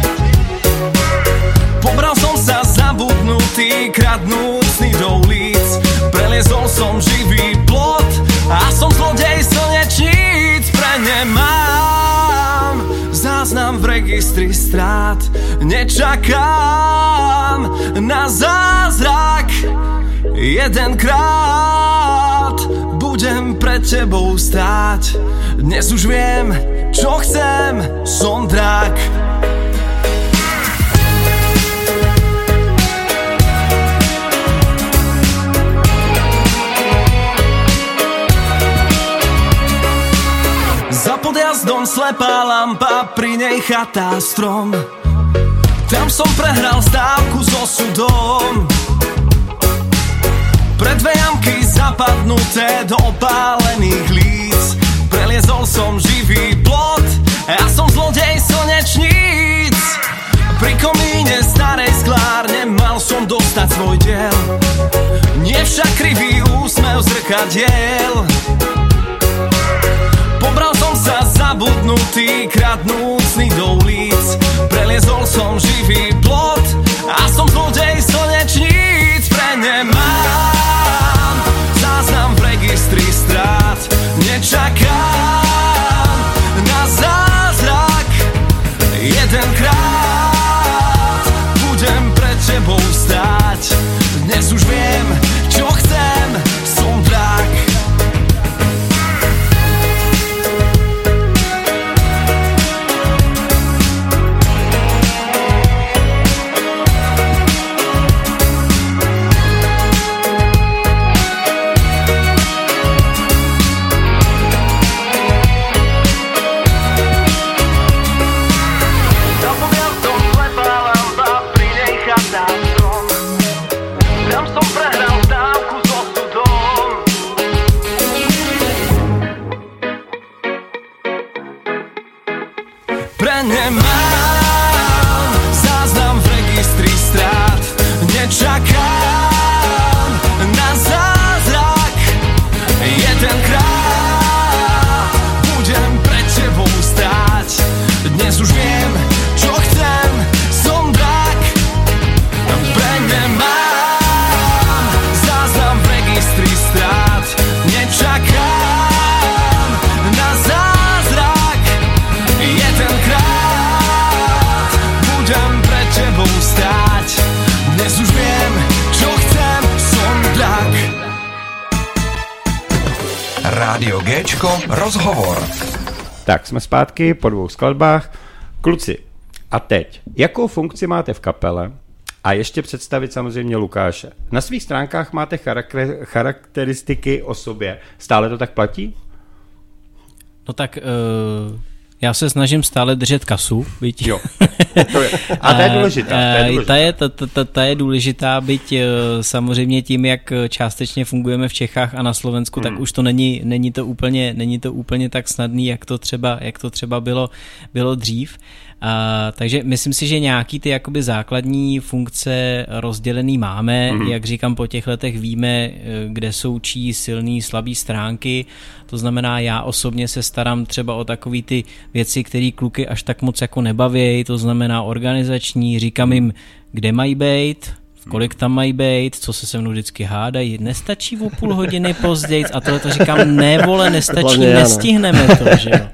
Pobral som sa zabudnutý, kradnúcný do ulic. Preliezol som živý plot a som zlodej slnečníc. Pre ne mám záznam v registri strát. Nečakám na zázrak. Jedenkrát budem pred tebou stáť. Dnes už viem, čo chcem, som drak. Za podjazdom slepá lampa, pri nej chata strom. Tam som prehral stávku s osudom. Pre dve jamky zapadnuté do opálených líc. Preliezol som živý plot, ja som zlodej slnečníc. Pri komíne starej sklárne mal som dostať svoj diel. Nie však krivý úsmev zrkadiel. Pobral som sa zabudnutý, kradnúcný do ulic. Preliezol som živý plot a som zlodej slnečníc. Pre ne mám záznam v registri strát. Nečakám na zázrak. Jedenkrát budem pred tebou stáť. Dnes už viem, čo chcem, som drak. Nemám záznam v registri strát. Nečakám na zázrak. Jedenkrát budem pred tebou stáť. Dnes už viem, čo chcem, som drak. Pre nemám záznam v registri strát. Nečakám na zázrak. Jedenkrát tebou stáť. Dnes už viem, čo chcem, som drak.
Rádio Géčko, rozhovor.
Tak, jsme zpátky po dvou skladbách. Kluci, a teď, jakou funkci máte v kapele? A ještě představit samozřejmě Lukáše. Na svých stránkách máte charakter, charakteristiky o sobě. Stále to tak platí?
No tak... Uh... Já se snažím stále držet kasu, byť.
Jo, to je. A ta je důležitá. Ta je důležitá,
ta je, ta, ta, ta je důležitá byť samozřejmě tím, jak částečně fungujeme v Čechách a na Slovensku, hmm. tak už to není, není, to úplně, není to úplně tak snadný, jak to třeba, jak to třeba bylo, bylo dřív. A, takže myslím si, že nějaký ty jakoby základní funkce rozdělený máme, mm-hmm. jak říkám, po těch letech víme, kde jsou čí silný, slabý stránky, to znamená, já osobně se starám třeba o takový ty věci, které kluky až tak moc jako nebaví, to znamená organizační, říkám jim, kde mají být, kolik tam mají být, co se se mnou vždycky hádají, nestačí o půl hodiny později a tohle to říkám, ne vole, nestačí, nestihneme to, že jo.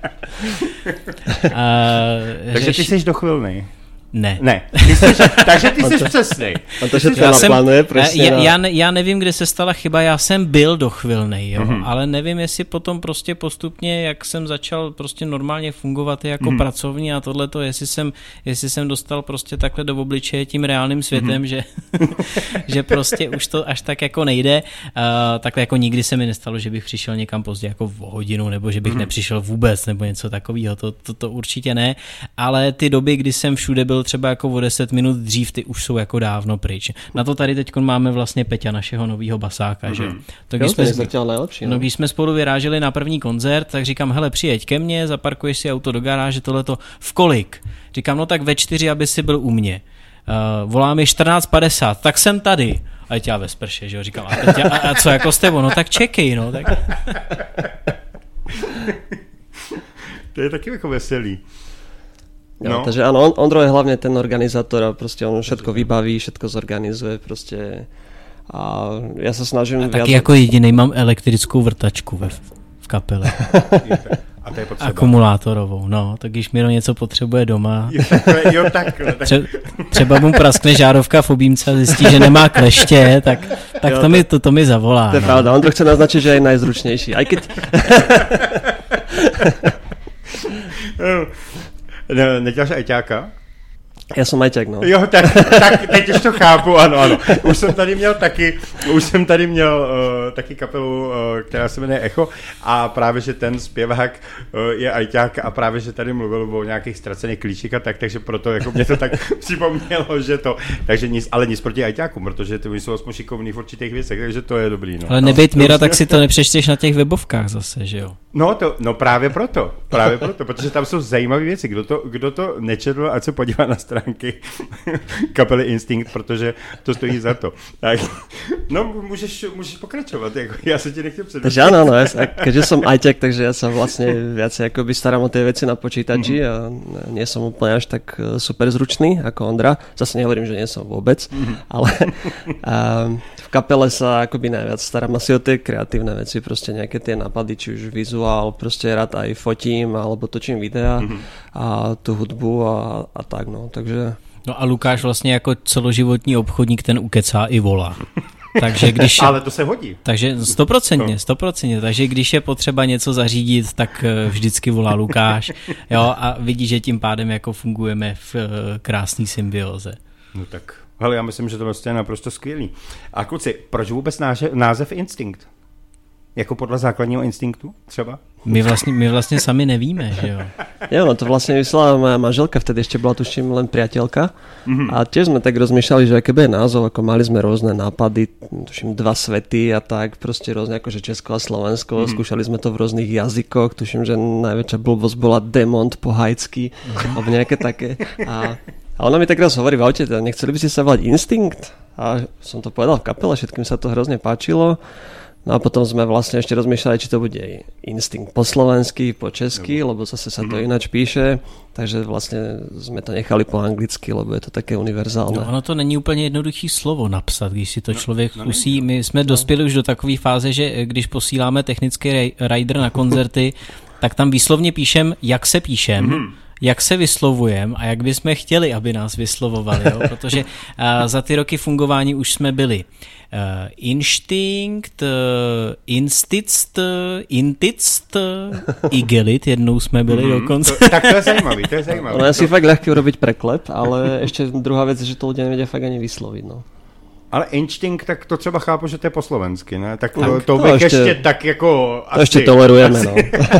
A,
takže
řeš...
ty jsi dochvilnej.
Ne.
Ne. Ty jsi, takže ty jsi přesnej.
A to všechno naplánuje prostě.
Já, já, já nevím, kde se stala chyba, já jsem byl dochvilnej, jo, mm-hmm. ale nevím, jestli potom prostě postupně, jak jsem začal prostě normálně fungovat jako mm-hmm. pracovní a tohleto, jestli jsem, jestli jsem dostal prostě takhle do obličeje tím reálným světem, mm-hmm. že, že prostě už to až tak jako nejde. Uh, takhle jako nikdy se mi nestalo, že bych přišel někam pozdě jako v hodinu, nebo že bych mm-hmm. nepřišel vůbec, nebo něco takového, to, to, to určitě ne, ale ty doby, kdy jsem všude byl třeba jako o deset minut dřív, ty už jsou jako dávno pryč. Na to tady teď máme vlastně Peťa, našeho novýho basáka, mm-hmm. že? To, když,
jo,
jsme,
nejlepší, no.
No, když jsme spolu vyráželi na první koncert, tak říkám, hele, přijeď ke mně, zaparkuješ si auto do garáže, tohleto, v kolik? Říkám, no tak ve čtyři, aby si byl u mě. Uh, volá mi čtrnáct padesát, tak jsem tady. A teď já ve sprše, že jo, říkám, a, teď, a, a co jako s tebou? No tak čekej, no. Tak...
To je taky jako veselý.
Jo,
No.
takže áno, Ondro je hlavne ten organizátor a proste on všetko vybaví, všetko zorganizuje proste a ja sa snažím
a taky jako jedinej mám elektrickou vrtačku ve, v kapele.
A to je potřeba.
Akumulátorovou, no, tak když Miro něco potřebuje doma,
Jo, takhle, jo, takhle. Tak...
tře- třeba mu praskne žárovka v objímce a zjistí, že nemá kleště, tak, tak
Jo,
to,
to-
mi, to, to mi zavolá.
To je
no.
pravda, Ondro chce naznačiť, že je najzručnejší. Aj keď...
Ne, neděláš ajťáka?
Ja som ajťák, no.
Jo, tak, tak teď už to chápu, ano, ano. Už jsem tady měl taky, už jsem tady měl uh, taky kapelu, uh, která se jmenuje Echo a právě, že ten zpěvák uh, je ajťák a právě, že tady mluvil o nějakých ztracených klíčích a tak, takže proto jako mě to tak připomnělo, že to, takže nic, ale nic proti ajťákům, protože ty jsou aspoň šikovní v určitých věcech, takže to je dobrý, no.
Ale nebejt Mira, tak si to nepřečteš na těch webovkách zase, že jo?
No, to, no právě proto, právě proto, protože tam jsou zajímavé věci. Kdo to, kdo to nečetl, ať se podívá na stránky kapely Instinct, protože to stojí za to. Tak, no, můžeš, můžeš pokračovat, jako, já se ti nechtěl předvídat.
Takže áno, áno, ja, sa- keďže som ajťák, takže ja sa vlastne viacej akoby starám o tie veci na počítači a nie som úplne až tak e, super zručný ako Ondra. Zase nehovorím, že nie som vôbec, ale a, v kapele sa akoby najviac starám asi o tie kreatívne veci, proste nejaké tie nápady, či už vizuál, proste rád aj fotím alebo točím videa a tú hudbu a, a tak, no, takže...
No a Lukáš vlastně jako celoživotní obchodník ten ukecá i volá. Takže když...
Ale to se hodí.
Takže stoprocentně, stoprocentně. Takže když je potřeba něco zařídit, tak eh, vždycky volá Lukáš. Jo, a vidí, že tím pádem jako fungujeme v eh, krásné symbioze.
No tak, hele, já myslím, že to vlastně je naprosto skvělý. A kluci, proč vůbec náže, název Instinct? Jako podle základního instinktu třeba?
My vlastně, my vlastně sami nevíme, že jo.
Jo, no to vlastne myslela moja manželka, vtedy ešte bola tuším len priateľka a tiež sme tak rozmýšľali, že aké bude názov, ako mali sme rôzne nápady, tuším dva svety a tak, proste rôzne akože Česko a Slovensko, mm. skúšali sme to v rôznych jazykoch, tuším, že najväčšia blbosť bola Demont po hajcky, mm. alebo nejaké také a, a ona mi tak raz hovorí v aute, nechceli by ste sa volať Instinct? A som to povedal v kapele, všetkým sa to hrozne páčilo. No a potom sme vlastne ešte rozmýšľali, či to bude Instinct po slovensky, po česky, lebo zase sa to ináč píše, takže vlastne sme to nechali po anglicky, lebo je to také univerzálne.
No, ono to není úplně jednoduchý slovo napsat, když si to člověk no, zkusí. My jsme dospěli už do takové fáze, že když posíláme technický rider na koncerty, tak tam výslovně píšem, jak se píšem, mm-hmm. jak se vyslovujem a jak bychom chtěli, aby nás vyslovovali, jo? Protože uh, za ty roky fungování už jsme byli uh, Instinct, uh, Instinct, Intist, Igelit, jednou jsme byli mm-hmm. dokonce.
To, tak to je zajímavý, to je zajímavý.
Ono je si fakt ľahké urobiť preklep, ale ešte druhá vec je, že to ľudia nevedia fakt ani vysloviť, no.
Ale Instinct, tak to třeba chápu, že to je po slovensky, ne? Tak,
Tak
to, to
to
bych
ještě-
ještě tak jako...
To ešte tolerujeme, no.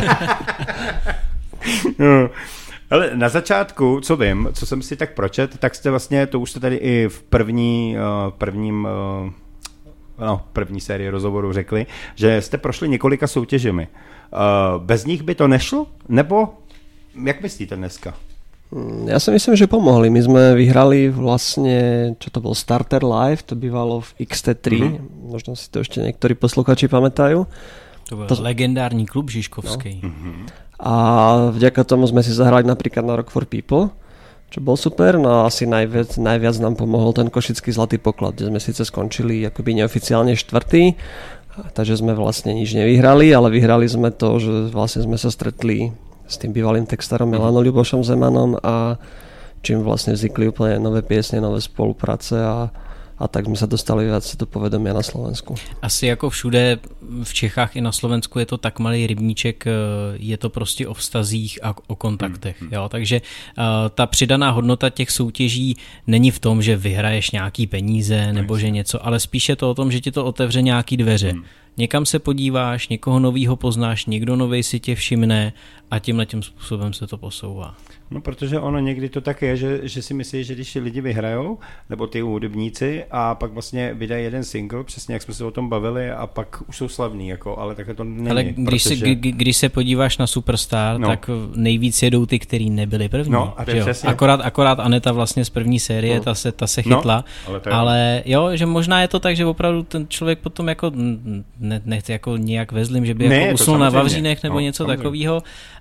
No. Ale na začátku, co vím, co jsem si tak pročet, tak jste vlastně, to už jste tady i v první, uh, prvním, uh, no, první sérii rozhovorů řekli, že jste prošli několika soutěžemi. Uh, bez nich by to nešlo? Nebo jak myslíte dneska?
Ja si myslím, že pomohli. My sme vyhrali vlastne, čo to bol, Starter Live, to bývalo v iks té tri, mm-hmm. možno si to ešte niektorí posluchači pamätajú.
To byl
To-
legendární klub Žižkovský. No.
A vďaka tomu sme si zahrali napríklad na Rock for People, čo bol super, no a asi najviac, najviac nám pomohol ten košický Zlatý poklad, kde sme síce skončili akoby neoficiálne štvrtý, takže sme vlastne nič nevyhrali, ale vyhrali sme to, že vlastne sme sa stretli s tým bývalým textárom Milanom Ľubošom Zemanom a čím vlastne vznikli úplne nové piesne, nové spolupráce a a tak jsme se dostali viac do povedomia na Slovensku.
Asi jako všude v Čechách i na Slovensku je to tak malý rybníček, je to prostě o vztazích a o kontaktech. Mm, mm. Jo? Takže uh, ta přidaná hodnota těch soutěží není v tom, že vyhraješ nějaký peníze nebo no, že něco, ale spíš je to o tom, že ti to otevře nějaký dveře. Mm. Někam se podíváš, někoho novýho poznáš, někdo novej si tě všimne a tímhle tím způsobem se to posouvá.
No, protože ono někdy to tak je, že, že si myslí, že když lidi vyhrajou, nebo ty hudebníci, a pak vlastně vydají jeden single, přesně jak jsme se o tom bavili, a pak už jsou slavní, jako, ale takhle to není.
Ale když, protože... se, kdy, když se podíváš na Superstar, no. tak nejvíc jedou ty, který nebyli první.
No, a to přesně.
Akorát, akorát Aneta vlastně z první série, no. ta, se, ta se chytla, no, ale, ale jo, že možná je to tak, že opravdu ten člověk potom jako ne, nechci jako nějak vezlim, že by
ne,
jako usnul na
samozřejmě.
Vavřínech nebo
no,
něco
samozřejmě.
takového,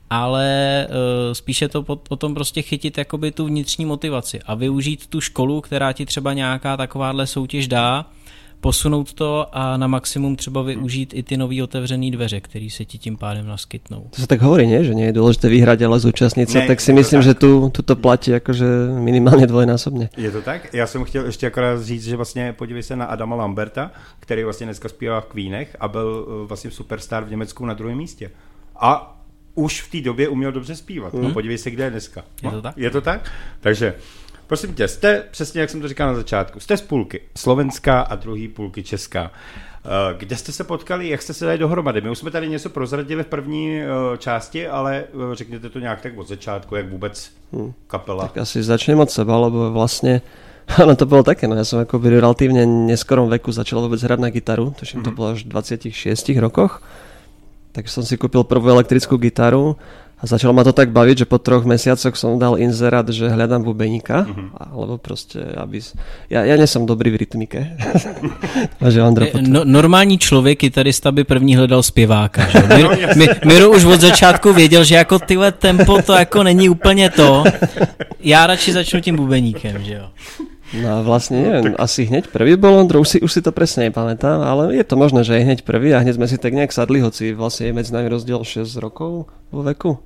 ale uh, spíše to potom prostě chytit jakoby tu vnitřní motivaci a využít tu školu, která ti třeba nějaká takováhle soutěž dá, posunout to a na maximum třeba využít i ty nový otevřený dveře, které se ti tím pádem naskytnou.
To sa tak hovorí, nie? Že nie je dôležité vyhrať, ale zúčastniť sa,
Ne,
tak si
je to
myslím,
tak.
že tu, tu to platí akože minimálně dvojnásobně.
Je to tak? Já jsem chtěl ještě akorát říct, že vlastně podívej se na Adama Lamberta, který vlastně dneska zpívá v Queenech a byl uh, vlastně superstar v Německu na druhém místě. A už v té době uměl dobře zpívat. Hmm. A podívej se, kde je dneska.
Je to tak?
Je to tak? Takže prosím tě, jste, přesně jak jsem to říkal na začátku, jste z půlky slovenská a druhý půlky česká. Kde jste se potkali, jak jste se dali dohromady? My už jsme tady něco prozradili v první části, ale řekněte to nějak tak od začátku, jak vůbec kapela.
Tak asi začnem od seba, lebo vlastne ono to bolo také, no ja som ako v relatívne neskorom veku začal vôbec hrať na gitaru, tuším mm-hmm. to bolo až v dvadsiatich šiestich rokoch, tak som si kúpil prvú elektrickú gitaru a začalo ma to tak baviť, že po troch mesiacoch som dal inzerát, že hľadám bubeníka, mm-hmm. alebo proste, aby... Ja, ja nie som dobrý v rytmike. Takže Ondro potom...
No, normální člověk, kytarista by první hledal zpěváka. Že? Miro, Mi, Miro už od začátku věděl, že jako tyhle tempo to jako není úplně to. Já radši začnu tím bubeníkem, že jo.
No a vlastne neviem, asi hneď prvý bol Ondro, už si, už si to presne nepamätám, ale je to možné, že je hneď prvý a hneď sme si tak nejak sadli, hoci vlastne je medzi nami rozdiel šesť rokov vo veku.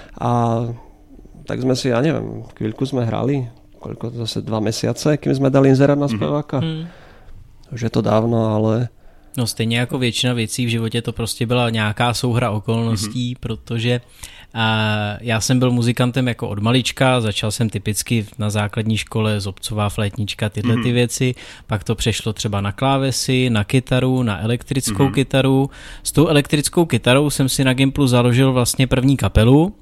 A tak sme si, ja neviem, chvíľku sme hrali, koľko zase dva mesiace, kým sme dali inzerát na speváka. Mm. Už je to dávno, ale...
No stejně jako většina věcí v životě to prostě byla nějaká souhra okolností, mm-hmm. protože a já jsem byl muzikantem jako od malička, začal jsem typicky na základní škole zobcová flétnička, tyhle mm-hmm. ty věci, pak to přešlo třeba na klávesy, na kytaru, na elektrickou mm-hmm. kytaru. S tou elektrickou kytarou jsem si na Gimplu založil vlastně první kapelu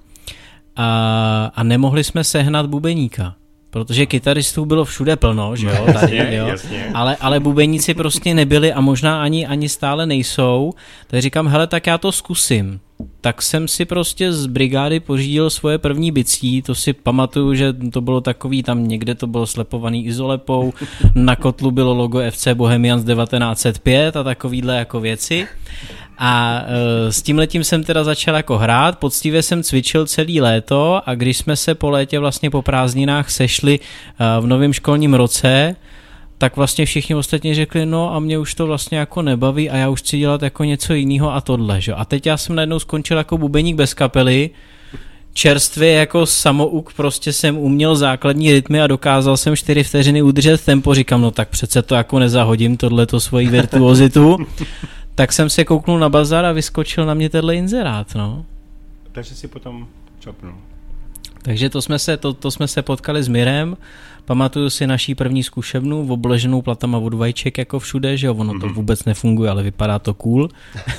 a, a nemohli jsme sehnat bubeníka. Protože kytaristů bylo všude plno, že jo, tady,
jasně,
jo.
jasně.
Ale, ale bubeníci prostě nebyli a možná ani, ani stále nejsou. Tak říkám, hele, tak já to zkusím. Tak jsem si prostě z brigády pořídil svoje první bicí, to si pamatuju, že to bylo takový, tam někde to bylo slepovaný izolepou, na kotlu bylo logo F C Bohemians devatenáct set pět a takovýhle jako věci. A e, s tímhletím jsem teda začal jako hrát, poctivě jsem cvičil celý léto a když jsme se po létě vlastně po prázdninách sešli e, v novém školním roce, tak vlastně všichni ostatní řekli, no a mě už to vlastně jako nebaví a já už chci dělat jako něco jiného a tohle, že? A teď já jsem najednou skončil jako bubeník bez kapely, čerstvě jako samouk, prostě jsem uměl základní rytmy a dokázal jsem čtyři vteřiny udržet tempo, říkám, no tak přece to jako nezahodím, tohleto svoji virtuozitu. Tak jsem se kouknul na bazar a vyskočil na mě tenhle inzerát, no.
Takže si potom čopnul.
Takže to jsme se, to, to jsme se potkali s Mirem, pamatuju si naší první zkušebnu, obleženou platama od vajíček jako všude, že jo, ono to vůbec nefunguje, ale vypadá to cool.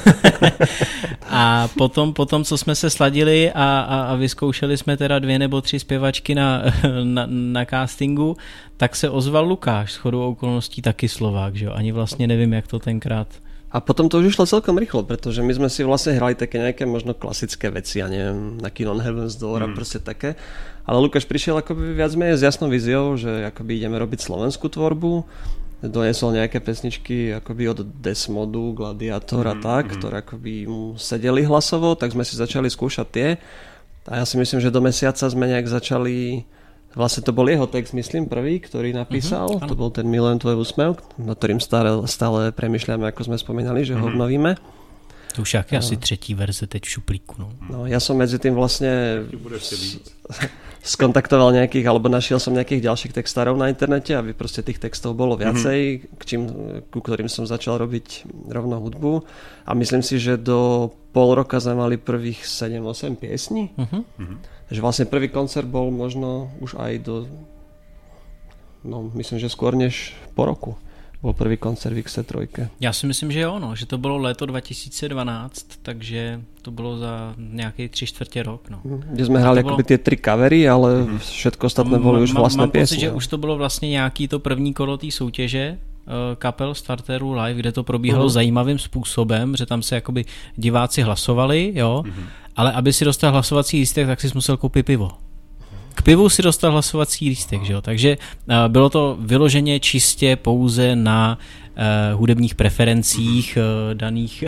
A potom, potom, co jsme se sladili a, a, a vyzkoušeli jsme teda dvě nebo tři zpěvačky na, na, na castingu, tak se ozval Lukáš, shodou okolností taky Slovák, že jo, ani vlastně nevím, jak to tenkrát...
A potom to už išlo celkom rýchlo, pretože my sme si vlastne hrali také nejaké možno klasické veci, ja neviem, Knockin' on Heaven's Door a mm. proste také. Ale Lukáš prišiel akoby viac menej s jasnou víziou, že akoby ideme robiť slovenskú tvorbu. Donesol nejaké pesničky akoby od Desmodu, Gladiator a tak, mm. ktoré akoby mu sedeli hlasovo, tak sme si začali skúšať tie. A ja si myslím, že do mesiaca sme nejak začali... Vlastne to bol jeho text, myslím, prvý, ktorý napísal. Uh-huh, to bol ten Milujem tvoj úsmev, nad ktorým stále, stále premyšľame, ako sme spomínali, že uh-huh. ho obnovíme.
To už je asi třetí verze teď v šuplíku. No,
no ja som medzi tým vlastne skontaktoval nejakých, alebo našiel som nejakých ďalších textárov na internete, aby proste tých textov bolo viacej, uh-huh. k čím, ku ktorým som začal robiť rovno hudbu. A myslím si, že do pol roka sme mali prvých sedem osem piesní. Uh-huh. Uh-huh. Takže vlastne prvý koncert bol možno už aj do... No, myslím, že skôr než po roku bol prvý koncert v iks té tři.
Já si myslím, že jo, no, že to bylo léto dva tisíce dvanáct, takže to bylo za nějaký tři čtvrtě rok. No.
Kde jsme hráli bylo... ty tři covery, ale mm. všetko ostatné boli už vlastné
mám
piesne.
Mám pocit, že už to bylo vlastně nějaký to první kolo té soutěže, kapel Starterů live, kde to probíhalo uh-huh. zajímavým způsobem, že tam se jakoby diváci hlasovali, jo, uh-huh. ale aby si dostal hlasovací lístek, tak si musel koupit pivo. K pivu si dostal hlasovací lístek, že jo? Takže uh, bylo to vyloženě čistě pouze na uh, hudebních preferencích uh, daných.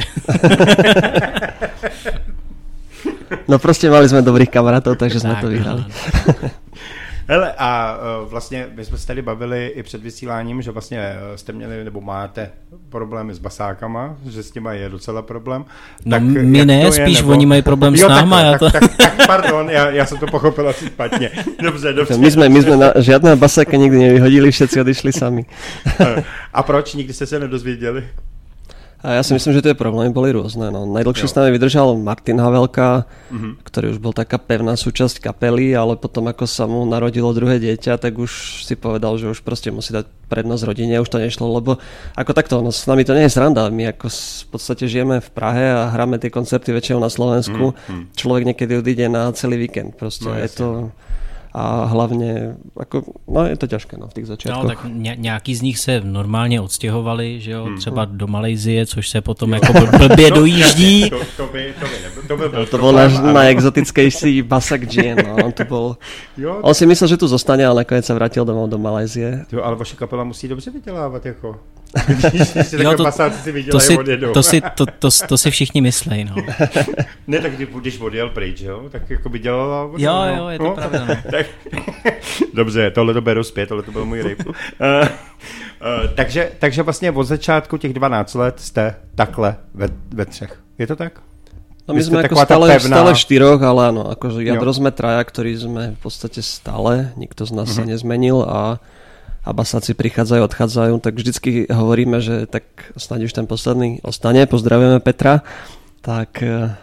No prostě mali jsme dobrých kamarátů, takže jsme
tak,
to vyhrali.
Hele, a uh, vlastně my jsme se tady bavili i před vysíláním, že vlastně jste měli, nebo máte problémy s basákama, že s těma je docela problém.
No
tak
my ne,
je,
spíš
nebo...
oni mají problém
jo,
s náma.
Tak,
já to...
tak, tak, tak pardon, já, já jsem to pochopil asi špatně. Dobře, dobře.
My jsme, my jsme na žádné basáky nikdy nevyhodili, všetci odišli sami.
A proč? Nikdy jste se nedozvěděli?
A ja si myslím, že tie problémy boli rôzne. No. Najdlhšie s nami vydržal Martin Havelka, mm-hmm. ktorý už bol taká pevná súčasť kapely, ale potom ako sa mu narodilo druhé dieťa, tak už si povedal, že už proste musí dať prednosť rodine, už to nešlo, lebo ako takto, no, s nami to nie je sranda. My ako v podstate žijeme v Prahe a hráme tie koncerty väčšinou na Slovensku. Mm-hmm. Človek niekedy odíde na celý víkend. Proste no, je to... A hlavně, jako, no je to těžké no, v těch začátkoch.
No, tak ně, nějaký z nich se normálně odstěhovali, že jo, hmm. třeba do Malajzie, což se potom jako blbě no, dojíždí.
To, to, by, to, by nebyl, to, by byl
no, to byl náš najexotickejší Basak G N, no, on tu bol, jo, on si myslel, že tu zostane, ale nakonec se vrátil domů do Malajzie.
Jo, ale vaše kapela musí dobře vydělávat, jako. Jo,
to,
si
to, si, to, si, to, to, to si všichni myslej, no.
Ne, tak když odjel pryč, jo, tak jako by dělala...
Odjel, jo, jo, je to no? pravda, no.
Tak, dobře, tohle to beru zpět, tohle to byl můj ryb. Uh, uh, takže, takže vlastně od začátku těch dvanáct let jste takhle ve, ve třech. Je to tak?
No my sme ako stále, pevná... stále štyroch, ale áno, akože jadro sme traja, ktorí sme v podstate stále, nikto z nás mm-hmm. sa nezmenil a, a basáci prichádzajú, odchádzajú, tak vždycky hovoríme, že tak snáď už ten posledný ostane, pozdravujeme Petra, tak,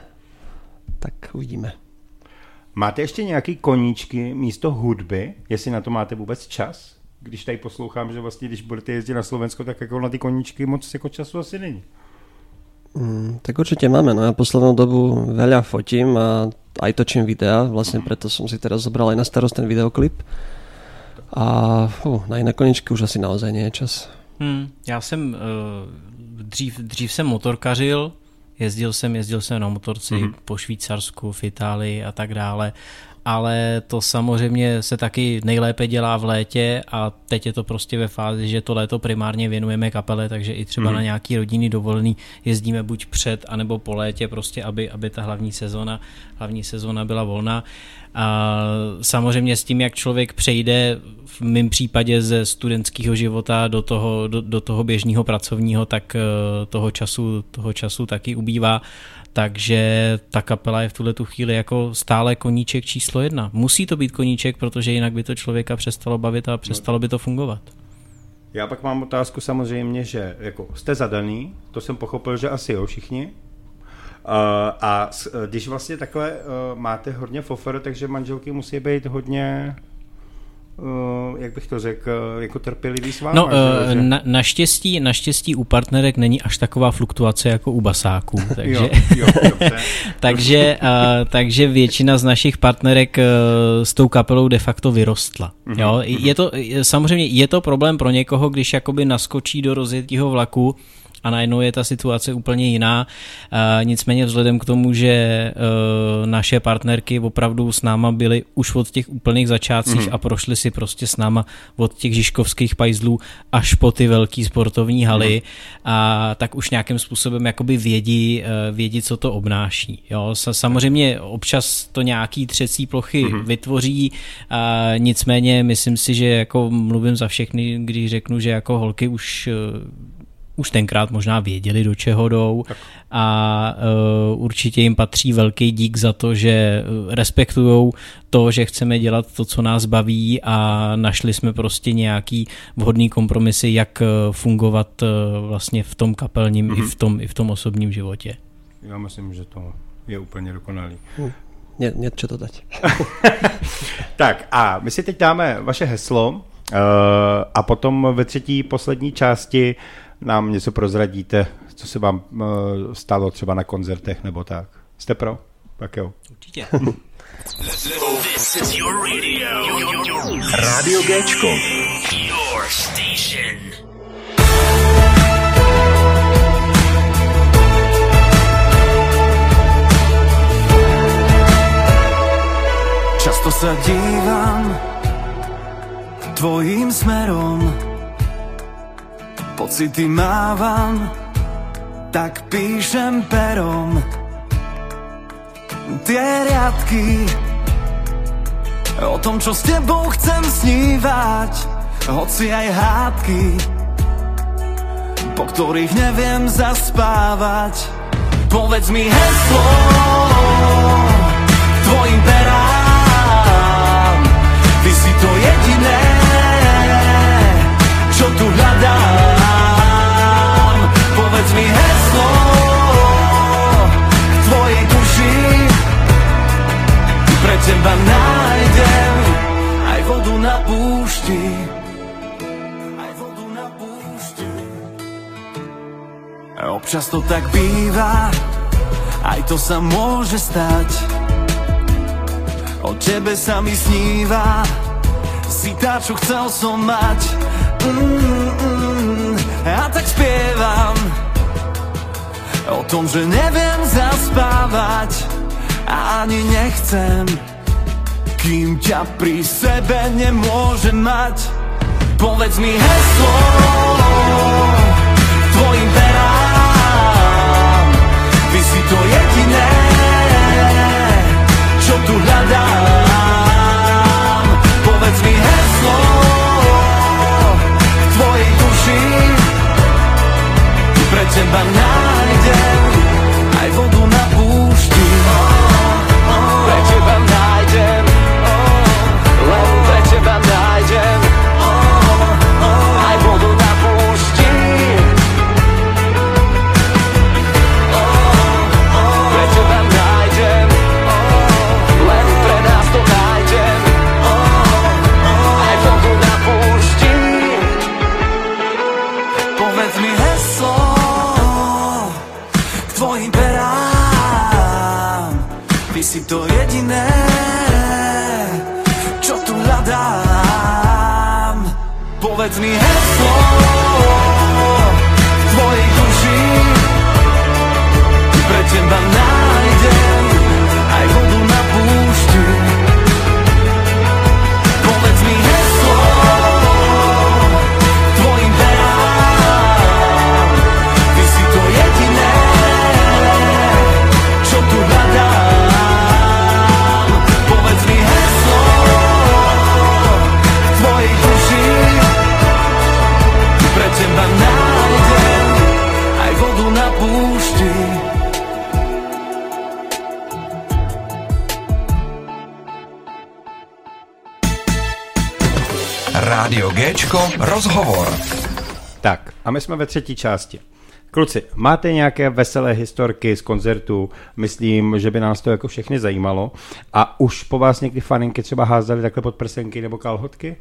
tak uvidíme.
Máte ještě nějaký koníčky místo hudby, jestli na to máte vůbec čas? Když tady poslouchám, že vlastně, když budete jezdit na Slovensko, tak jako na ty koníčky moc jako času asi není.
Mm, tak určite máme, no ja poslednú dobu veľa fotím a aj točím videa, vlastne preto som si teraz zobral aj na starost ten videoklip a fú, na iné koničky už asi naozaj nie je čas.
Hmm, já jsem uh, dřív, dřív jsem motorkařil, jezdil jsem, jezdil jsem na motorci mm-hmm. po Švýcarsku, v Itálii a tak dále, ale to samozřejmě se taky nejlépe dělá v létě a teď je to prostě ve fázi, že to léto primárně věnujeme kapele, takže i třeba mm. na nějaký rodinný dovolený jezdíme buď před, anebo po létě prostě, aby, aby ta hlavní sezona, hlavní sezona byla volná. A samozřejmě s tím, jak člověk přejde v mém případě ze studentského života do toho, do, do toho běžného pracovního, tak toho času, toho času taky ubývá. Takže ta kapela je v tuhle tu chvíli jako stále koníček číslo jedna. Musí to být koníček, protože jinak by to člověka přestalo bavit a přestalo by to fungovat.
Já pak mám otázku samozřejmě, že jako jste zadaný, to jsem pochopil, že asi jo všichni. Uh, a když vlastně takhle uh, máte hodně fofer, takže manželky musí být hodně... Uh, jak bych to řekl, jako trpělivý s váma.
No, uh, na, naštěstí, naštěstí u partnerek není až taková fluktuace jako u basáků. Takže,
jo, jo,
takže, uh, takže většina z našich partnerek uh, s tou kapelou de facto vyrostla. Mm-hmm. Jo? Je to, samozřejmě je to problém pro někoho, když jakoby naskočí do rozjetého vlaku a najednou je ta situace úplně jiná. E, nicméně vzhledem k tomu, že e, naše partnerky opravdu s náma byly už od těch úplných začátcích mm. a prošly si prostě s náma od těch žižkovských pajzlů až po ty velký sportovní haly, mm. a tak už nějakým způsobem jakoby vědí, e, vědí, co to obnáší. Jo? Samozřejmě občas to nějaký třecí plochy mm. vytvoří, a nicméně myslím si, že jako mluvím za všechny, když řeknu, že jako holky už už tenkrát možná věděli, do čeho jdou a uh, určitě jim patří velký dík za to, že respektujou to, že chceme dělat to, co nás baví a našli jsme prostě nějaký vhodný kompromisy, jak fungovat uh, vlastně v tom kapelním mm-hmm. i v tom, i v tom osobním životě.
Já myslím, že to je úplně dokonalý.
Hm. Nie, nie čo to dať.
Tak a my si teď dáme vaše heslo uh, a potom ve třetí poslední části nám něco prozradíte, co se vám uh, stalo třeba na koncertech nebo tak. Jste pro? Tak jo.
Určitě.
This is your radio. Radio Géčko. Your station.
Často
Často sa dívam tvojím smerom, pocity mávam, tak píšem perom. Tie riadky o tom, čo s tebou chcem snívať, hoci aj hádky, po ktorých neviem zaspávať. Povedz mi heslo tvojim perám, ty si to jediné, čo tu hľadám. Povedz mi heslo k tvojej duši, pre teba nájdem aj vodu na púšti, aj vodu na púšti. Občas to tak býva, aj to sa môže stať. O tebe sa mi sníva, si tá, čo chcel som mať. Mm-mm, a tak spievam o tom, že neviem zaspávať a ani nechcem, kým ťa pri sebe nemôžem mať. Povedz mi heslo tvojim perám, ty si to jediné, čo tu hľadám. Povedz mi heslo k tvojej duši, pre teba nájdem aj vodu na púšti. Pre teba nájdem, len pre teba nájdem aj vodu na púšti. Pre teba nájdem, len pre nás to nájdem aj vodu na púšti. Povedz mi heslo k tvojim perám, ty si to jediné, čo tu hľadám. Povedz mi heslo k tvojej duši, pre teba nájdem aj vodu na púšti. Povedz mi heslo k tvojim perám, ty si to jediné, čo tu hľadám. Povedz mi heslo k tvojej duši, pre teba nájdem aj vodu na púšti.
Rádio Géčko, rozhovor.
Tak, a my jsme ve třetí části. Kluci, máte nějaké veselé historky z koncertů? Myslím, že by nás to jako všechny zajímalo. A už po vás někdy faninky třeba házely takhle pod prsenky nebo kalhotky?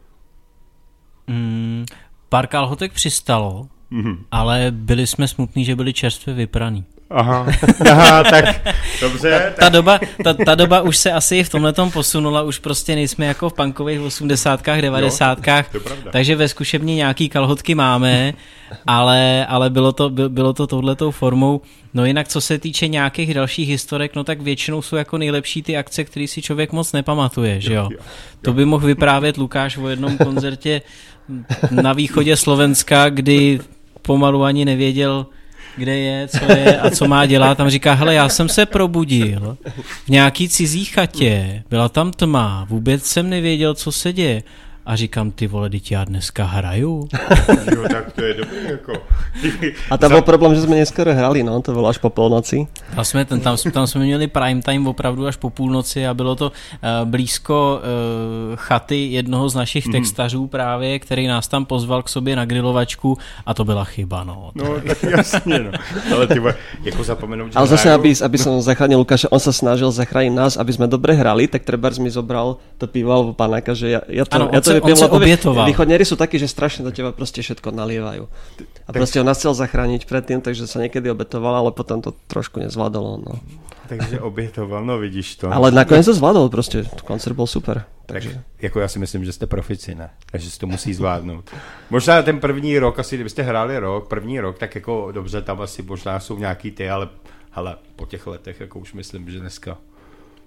Mm, pár kalhotek přistalo,
Mhm.
ale byli jsme smutní, že byli čerstvě vypraný.
Aha, aha, tak dobře.
Ta, ta, doba, ta, ta doba už se asi v tomhletom posunula, už prostě nejsme jako v punkových osmdesátkách, devadesátkách,
Jo, to, to je pravda.
takže ve zkušebně nějaký kalhotky máme, ale, ale bylo to, bylo to touhletou formou. No jinak co se týče nějakých dalších historek, no tak většinou jsou jako nejlepší ty akce, které si člověk moc nepamatuje, že jo.
Jo, jo.
To by mohl vyprávět Lukáš o jednom koncertě na východě Slovenska, kdy pomalu ani nevěděl, kde je, co je a co má dělat. Tam říká, hele, já jsem se probudil v nějaký cizí chatě, byla tam tma, vůbec jsem nevěděl, co se děje. A říkám, ty vole, teď já dneska hraju.
Jo, tak to je dobrý, jako.
A tam byl problém, že jsme neskoro hrali, no, to bylo až po půlnoci.
Tam jsme, ten, tam, tam jsme měli prime time opravdu až po půlnoci a bylo to uh, blízko uh, chaty jednoho z našich textařů právě, který nás tam pozval k sobě na grilovačku a to byla chyba, no.
No, tak jasně, no. Ale ty jako zapomenout, že
Ale zase,
hraju...
aby, aby som zachránil Lukáša, on sa snažil zachrániť nás, aby sme dobre hrali, tak trebárs mi zobral to pivo alebo panáka, že ja, ja to,
ano,
ja to
on se obětoval.
Východňari sú takí, že strašne do teba proste všetko nalievajú. A proste on nás chcel zachrániť predtým, takže sa niekedy obětoval, ale potom to trošku nezvládalo. No.
Takže obětoval, no vidíš to.
Ale nakonec to zvládol, prostě koncert byl super. Takže...
Tak, jako já si myslím, že jste profici, ne? Takže si to musí zvládnout. Možná ten první rok, asi kdybyste hráli rok, první rok, tak jako dobře, tam asi možná jsou nějaký ty, ale hele, po těch letech, jako už myslím, že dneska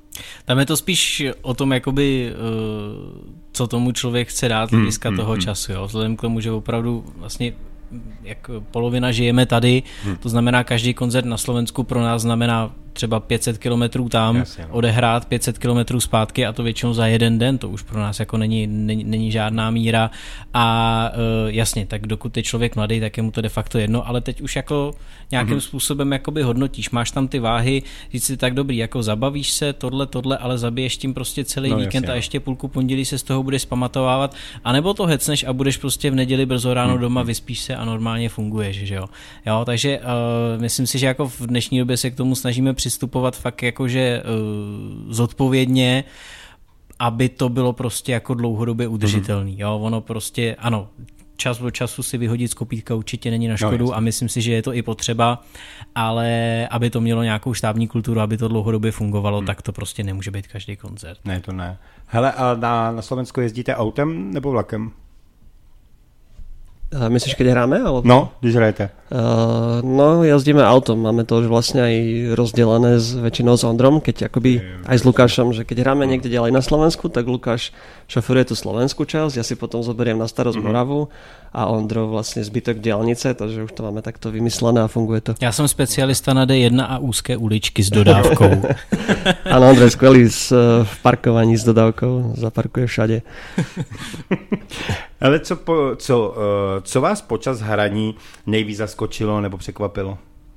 Tam je to spíš o tom, jakoby, co tomu člověk chce dát hlediska hmm, toho hmm, času. Jo? Vzhledem k tomu, že opravdu vlastně jak polovina žijeme tady, hmm. to znamená každý koncert na Slovensku pro nás znamená třeba pět set kilometrů tam, jasně, no. odehrát pět set kilometrů zpátky a to většinou za jeden den, to už pro nás jako není, není, není žádná míra a e, jasně, tak dokud je člověk mladý, tak je mu to de facto jedno, ale teď už jako nějakým mm-hmm. způsobem jakoby hodnotíš, máš tam ty váhy, říct si tak dobrý, jako zabavíš se, tohle, tohle, ale zabiješ tím prostě celý no, víkend jasně, a ještě půlku pondělí se z toho budeš zpamatovávat, anebo to hecneš a budeš prostě v neděli brzo ráno mm-hmm. doma, vyspíš se a normálně funguješ, že jo. jo takže e, myslím si, že jako v dnešní době se k tomu snažíme přistupovat fakt jakože uh, zodpovědně, aby to bylo prostě jako dlouhodobě udržitelný. Jo, ono prostě, ano, čas od času si vyhodit z kopítka určitě není na škodu no, a myslím si, že je to i potřeba, ale aby to mělo nějakou štábní kulturu, aby to dlouhodobě fungovalo, hmm. tak to prostě nemůže být každý koncert.
Ne, to ne. Hele, a na, na Slovensku jezdíte autem nebo vlakem?
Myslíš, keď hráme? Alebo...
No, když hrajete.
Uh, no, jazdíme autom. Máme to už vlastne aj rozdelené s väčšinou s Ondrom, keď akoby aj s Lukášom, že keď hráme niekde ďalej na Slovensku, tak Lukáš šoferuje tú slovenskú časť, ja si potom zoberiem na starosť mm-hmm. Moravu a Ondro vlastne zbytok diaľnice, takže už to máme takto vymyslené a funguje to.
Já jsem specialista na dé jedna a úzké uličky s dodávkou.
Áno, Ondro je skvelý v parkovaní s dodávkou, zaparkuje všade.
Ale co, po, co, co vás počas hraní nejvíc zaskočilo nebo překvapilo?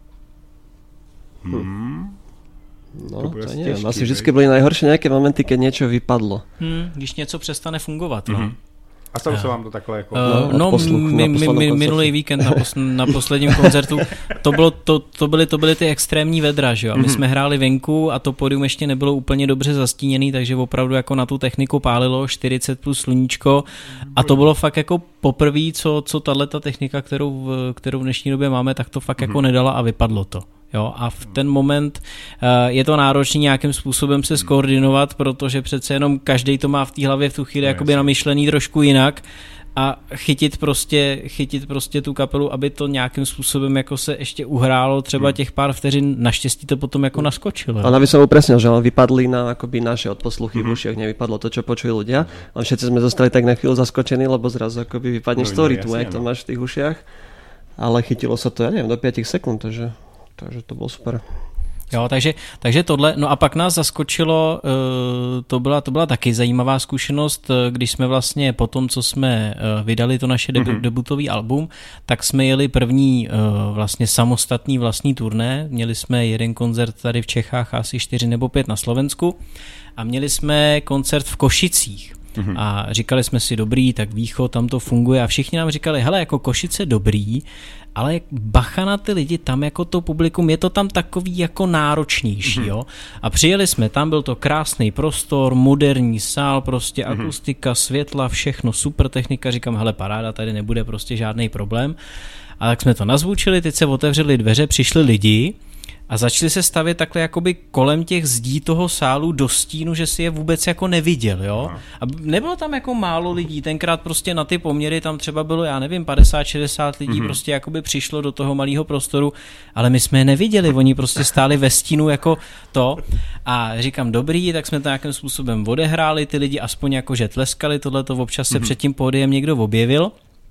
Hmm.
No, to, to neviem. Těžký, asi vždycky byly najhoršie nejaké momenty, keď niečo vypadlo.
Hmm, když něco přestane fungovat, no. Mm-hmm.
A stalo se vám to takhle jako?
Uh, no, mi, mi, mi, minulý víkend na, pos, na posledním koncertu, to, bylo, to, to, byly, to byly ty extrémní vedra, že jo? A my mm-hmm. jsme hráli venku a to pódium ještě nebylo úplně dobře zastíněný, takže opravdu jako na tu techniku pálilo čtyřicet plus sluníčko a to bylo fakt jako poprvé, co, co tato technika, kterou, kterou v dnešní době máme, tak to fakt mm-hmm. jako nedala a vypadlo to. Jo, a v ten moment uh, je to náročné nějakým způsobem se skoordinovat, protože přece jenom každej to má v té hlavě v tu chvíli no, jakoby namyšlený trošku jinak a chytit prostě, chytit prostě tu kapelu, aby to nějakým způsobem jako se ještě uhrálo třeba těch pár vteřin, naštěstí to potom jako naskočilo.
Ale aby som upresnil, že vypadli na akoby naše odposluchy mm-hmm. v ušiach, nevypadlo to, čo počujú ľudia, ale všetci sme zostali tak na chvíľu zaskočení, lebo zrazu akoby vypadne z toho rytmu, jak to máš v tých ušiach, ale chytilo sa to, ja neviem, do päť sekúnd, takže takže to bylo super.
Jo, takže, takže tohle, no a pak nás zaskočilo, to byla, to byla taky zajímavá zkušenost, když jsme vlastně po tom, co jsme vydali to naše debu, mm-hmm. debutový album, tak jsme jeli první vlastně samostatný vlastní turné, měli jsme jeden koncert tady v Čechách, asi čtyři nebo pět na Slovensku a měli jsme koncert v Košicích. Mm-hmm. A říkali jsme si, dobrý, tak východ, tam to funguje a všichni nám říkali, hele, jako Košice dobrý, ale bacha na ty lidi, tam jako to publikum, je to tam takový jako náročnější, mm-hmm. jo. A přijeli jsme, tam byl to krásný prostor, moderní sál, prostě mm-hmm. akustika, světla, všechno, super technika, říkám, hele, paráda, tady nebude prostě žádný problém. A tak jsme to nazvučili, teď se otevřeli dveře, přišli lidi a začali se stavět takhle jakoby kolem těch zdí toho sálu do stínu, že si je vůbec jako neviděl, jo. A nebylo tam jako málo lidí, tenkrát prostě na ty poměry tam třeba bylo, já nevím, padesát šedesát lidí mm-hmm. prostě jakoby přišlo do toho malého prostoru, ale my jsme je neviděli, oni prostě stáli ve stínu jako to a říkám, dobrý, tak jsme to nějakým způsobem odehráli, ty lidi aspoň jakože tleskali, tohleto občas se mm-hmm. před tím pódiem někdo objevil.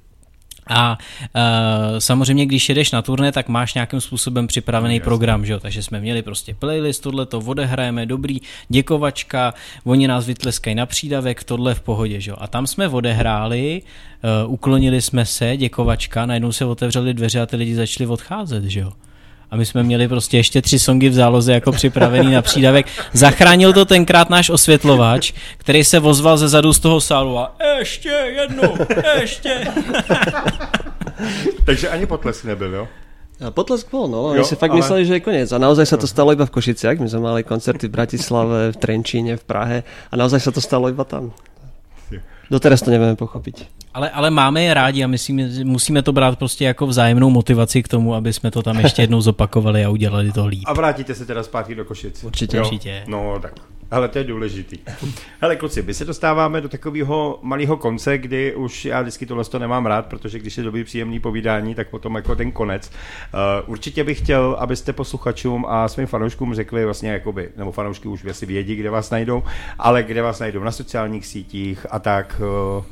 A uh, samozřejmě, když jedeš na turné, tak máš nějakým způsobem připravený no, program, že jo? Takže jsme měli prostě playlist, tohleto odehrajeme, dobrý, děkovačka, oni nás vytleskají na přídavek, tohle v pohodě, že jo? A tam jsme odehráli, uh, uklonili jsme se, děkovačka, najednou se otevřely dveře a ty lidi začali odcházet, že jo? A my jsme měli prostě ještě tři songy v záloze jako připravený na přídavek. Zachránil to tenkrát náš osvětlovač, který se ozval ze zadu z toho sálu a ještě jednu, ještě.
Takže ani potlesk nebyl, jo?
A potlesk bol, no. Oni si fakt ale... mysleli, že je koniec. A naozaj sa to stalo iba v Košiciach. My sme mali koncerty v Bratislave, v Trenčíne, v Prahe. A naozaj sa to stalo iba tam. Doteraz to nevieme pochopiť.
Ale, ale máme je rádi a myslíme, musíme to brát prostě jako vzájemnou motivaci k tomu, aby jsme to tam ještě jednou zopakovali a udělali to líp.
A vrátíte se teda zpátky do Košic?
Určitě.
Určitě.
No tak Ale to je důležitý. Hele kluci, my se dostáváme do takového malého konce, kdy už já vždycky tohle to nemám rád, protože když je dobrý příjemný povídání, tak potom jako ten konec. Uh, určitě bych chtěl, abyste posluchačům a svým fanouškům řekli vlastně jakoby, nebo fanoušky už asi vědí, kde vás najdou, ale kde vás najdou na sociálních sítích a tak. Uh...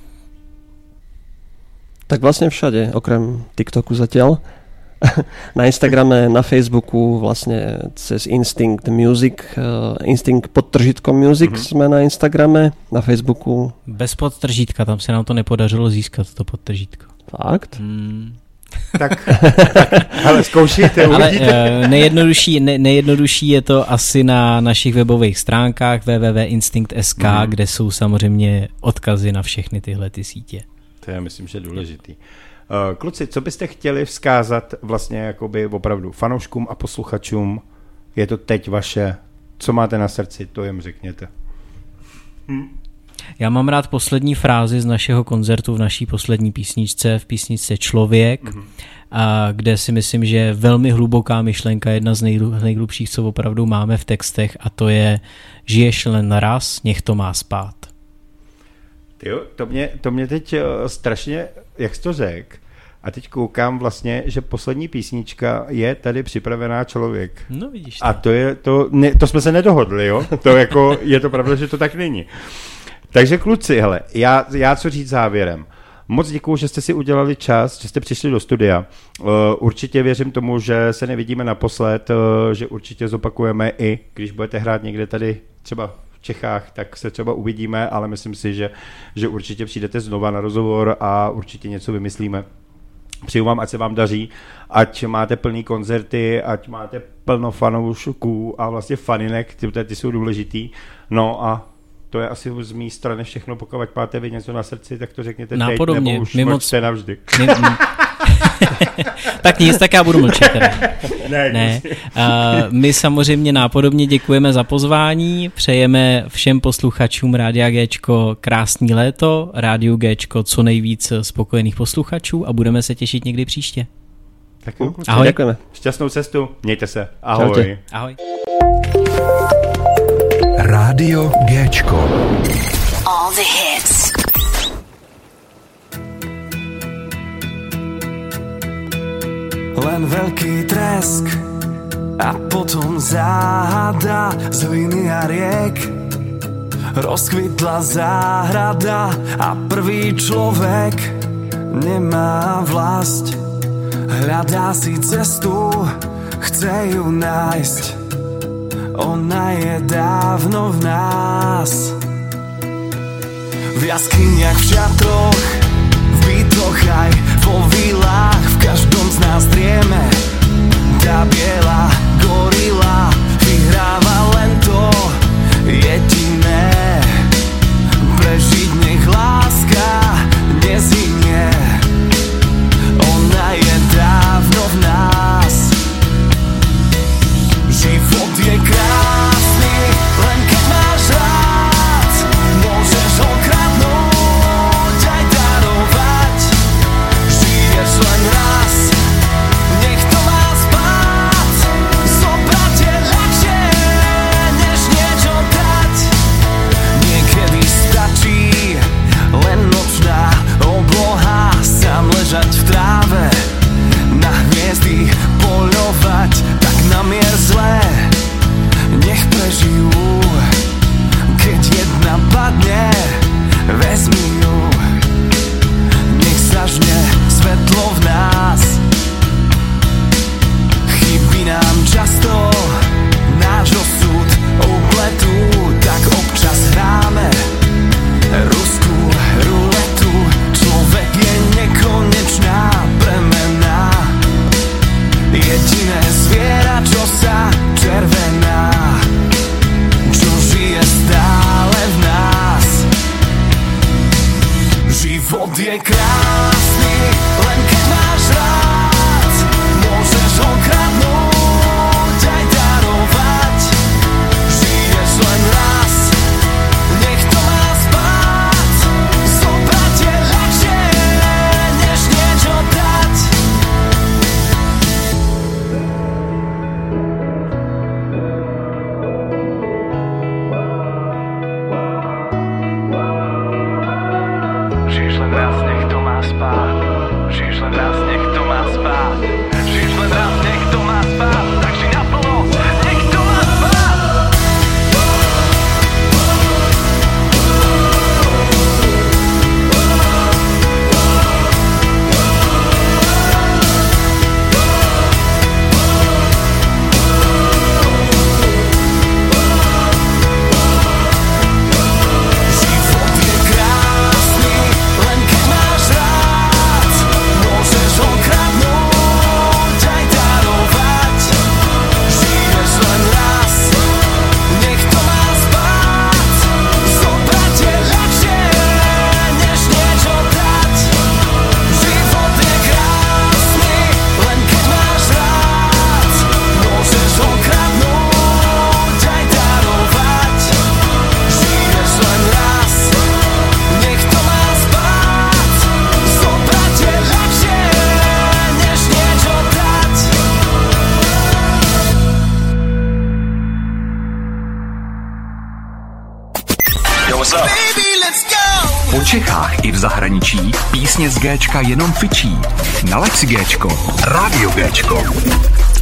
Tak vlastne všade, okrem TikToku zatiaľ. Na Instagrame, na Facebooku vlastne cez Instinct Music, uh, Instinct podtržítko Music mm-hmm. sme na Instagrame, na Facebooku.
Bez podtržítka, tam se nám to nepodařilo získat, to podtržítko.
Fakt?
Hmm.
Tak, ale zkoušejte, uvidíte.
Ale uh, nejjednodušší, ne, nejjednodušší je to asi na našich webových stránkách w w w tečka instinct tečka s k, mm-hmm. kde jsou samozřejmě odkazy na všechny tyhle ty sítě.
To je, myslím, že důležitý. Kluci, co byste chtěli vzkázat vlastně jakoby opravdu fanouškům a posluchačům? Je to teď vaše, co máte na srdci, to jim řekněte. Hm.
Já mám rád poslední frázi z našeho koncertu v naší poslední písničce, v písničce Člověk, mm-hmm. a kde si myslím, že je velmi hluboká myšlenka, jedna z nejhlubších, co opravdu máme v textech, a to je: žiješ len raz, nech to má spát.
Tyjo, to mě, to mě teď strašně, jak jsi to řekl, a teď koukám vlastně, že poslední písnička je tady připravená Člověk.
No vidíš to.
A to je, to, ne, to jsme se nedohodli, jo? To jako, je to pravda, že to tak není. Takže kluci, hele, já, já co říct závěrem. Moc děkuju, že jste si udělali čas, že jste přišli do studia. Uh, určitě věřím tomu, že se nevidíme naposled, uh, že určitě zopakujeme i, když budete hrát někde tady třeba v Čechách, tak se třeba uvidíme, ale myslím si, že, že určitě přijdete znova na rozhovor a určitě něco vymyslíme. Přeju vám, ať se vám daří, ať máte plný koncerty, ať máte plno fanoušků a vlastně faninek, ty, ty jsou důležitý. No a to je asi z mé strany všechno. Pokud máte vy něco na srdci, tak to řekněte teď,
Nápodobně.
nebo už
My
mlčte
moc...
navždy.
My... Tak nic, tak já budu mlčet teda.
Ne,
ne. Uh, my samozřejmě nápodobně děkujeme za pozvání, přejeme všem posluchačům Rádia Géčko krásný léto, Rádiu Géčko co nejvíc spokojených posluchačů a budeme se těšit někdy příště.
Tak jo,
ahoj.
Děkujeme.
Šťastnou cestu, mějte se. Ahoj.
Čaute.
Ahoj.
Rádio Géčko.
All the hits.
Len veľký tresk a potom záhada z hliny a riek. Rozkvitla záhrada a prvý človek nemá vlast. Hľadá si cestu, chce ju nájsť. Ona je dávno v nás. V jaskyniach, v šatroch, v bytoch aj vo vilách, v každom z nás drieme. Tá biela gorila vyhráva len to jediné. Prežiť nech láska nezynie. Ona je dávno v nás. Život je krásny, len keď máš rád. Môžeš ho kradnúť aj darovať.
Čechách i v zahraničí písně z Géčka jenom fičí. Na Lexi Géčko, Rádio Géčko.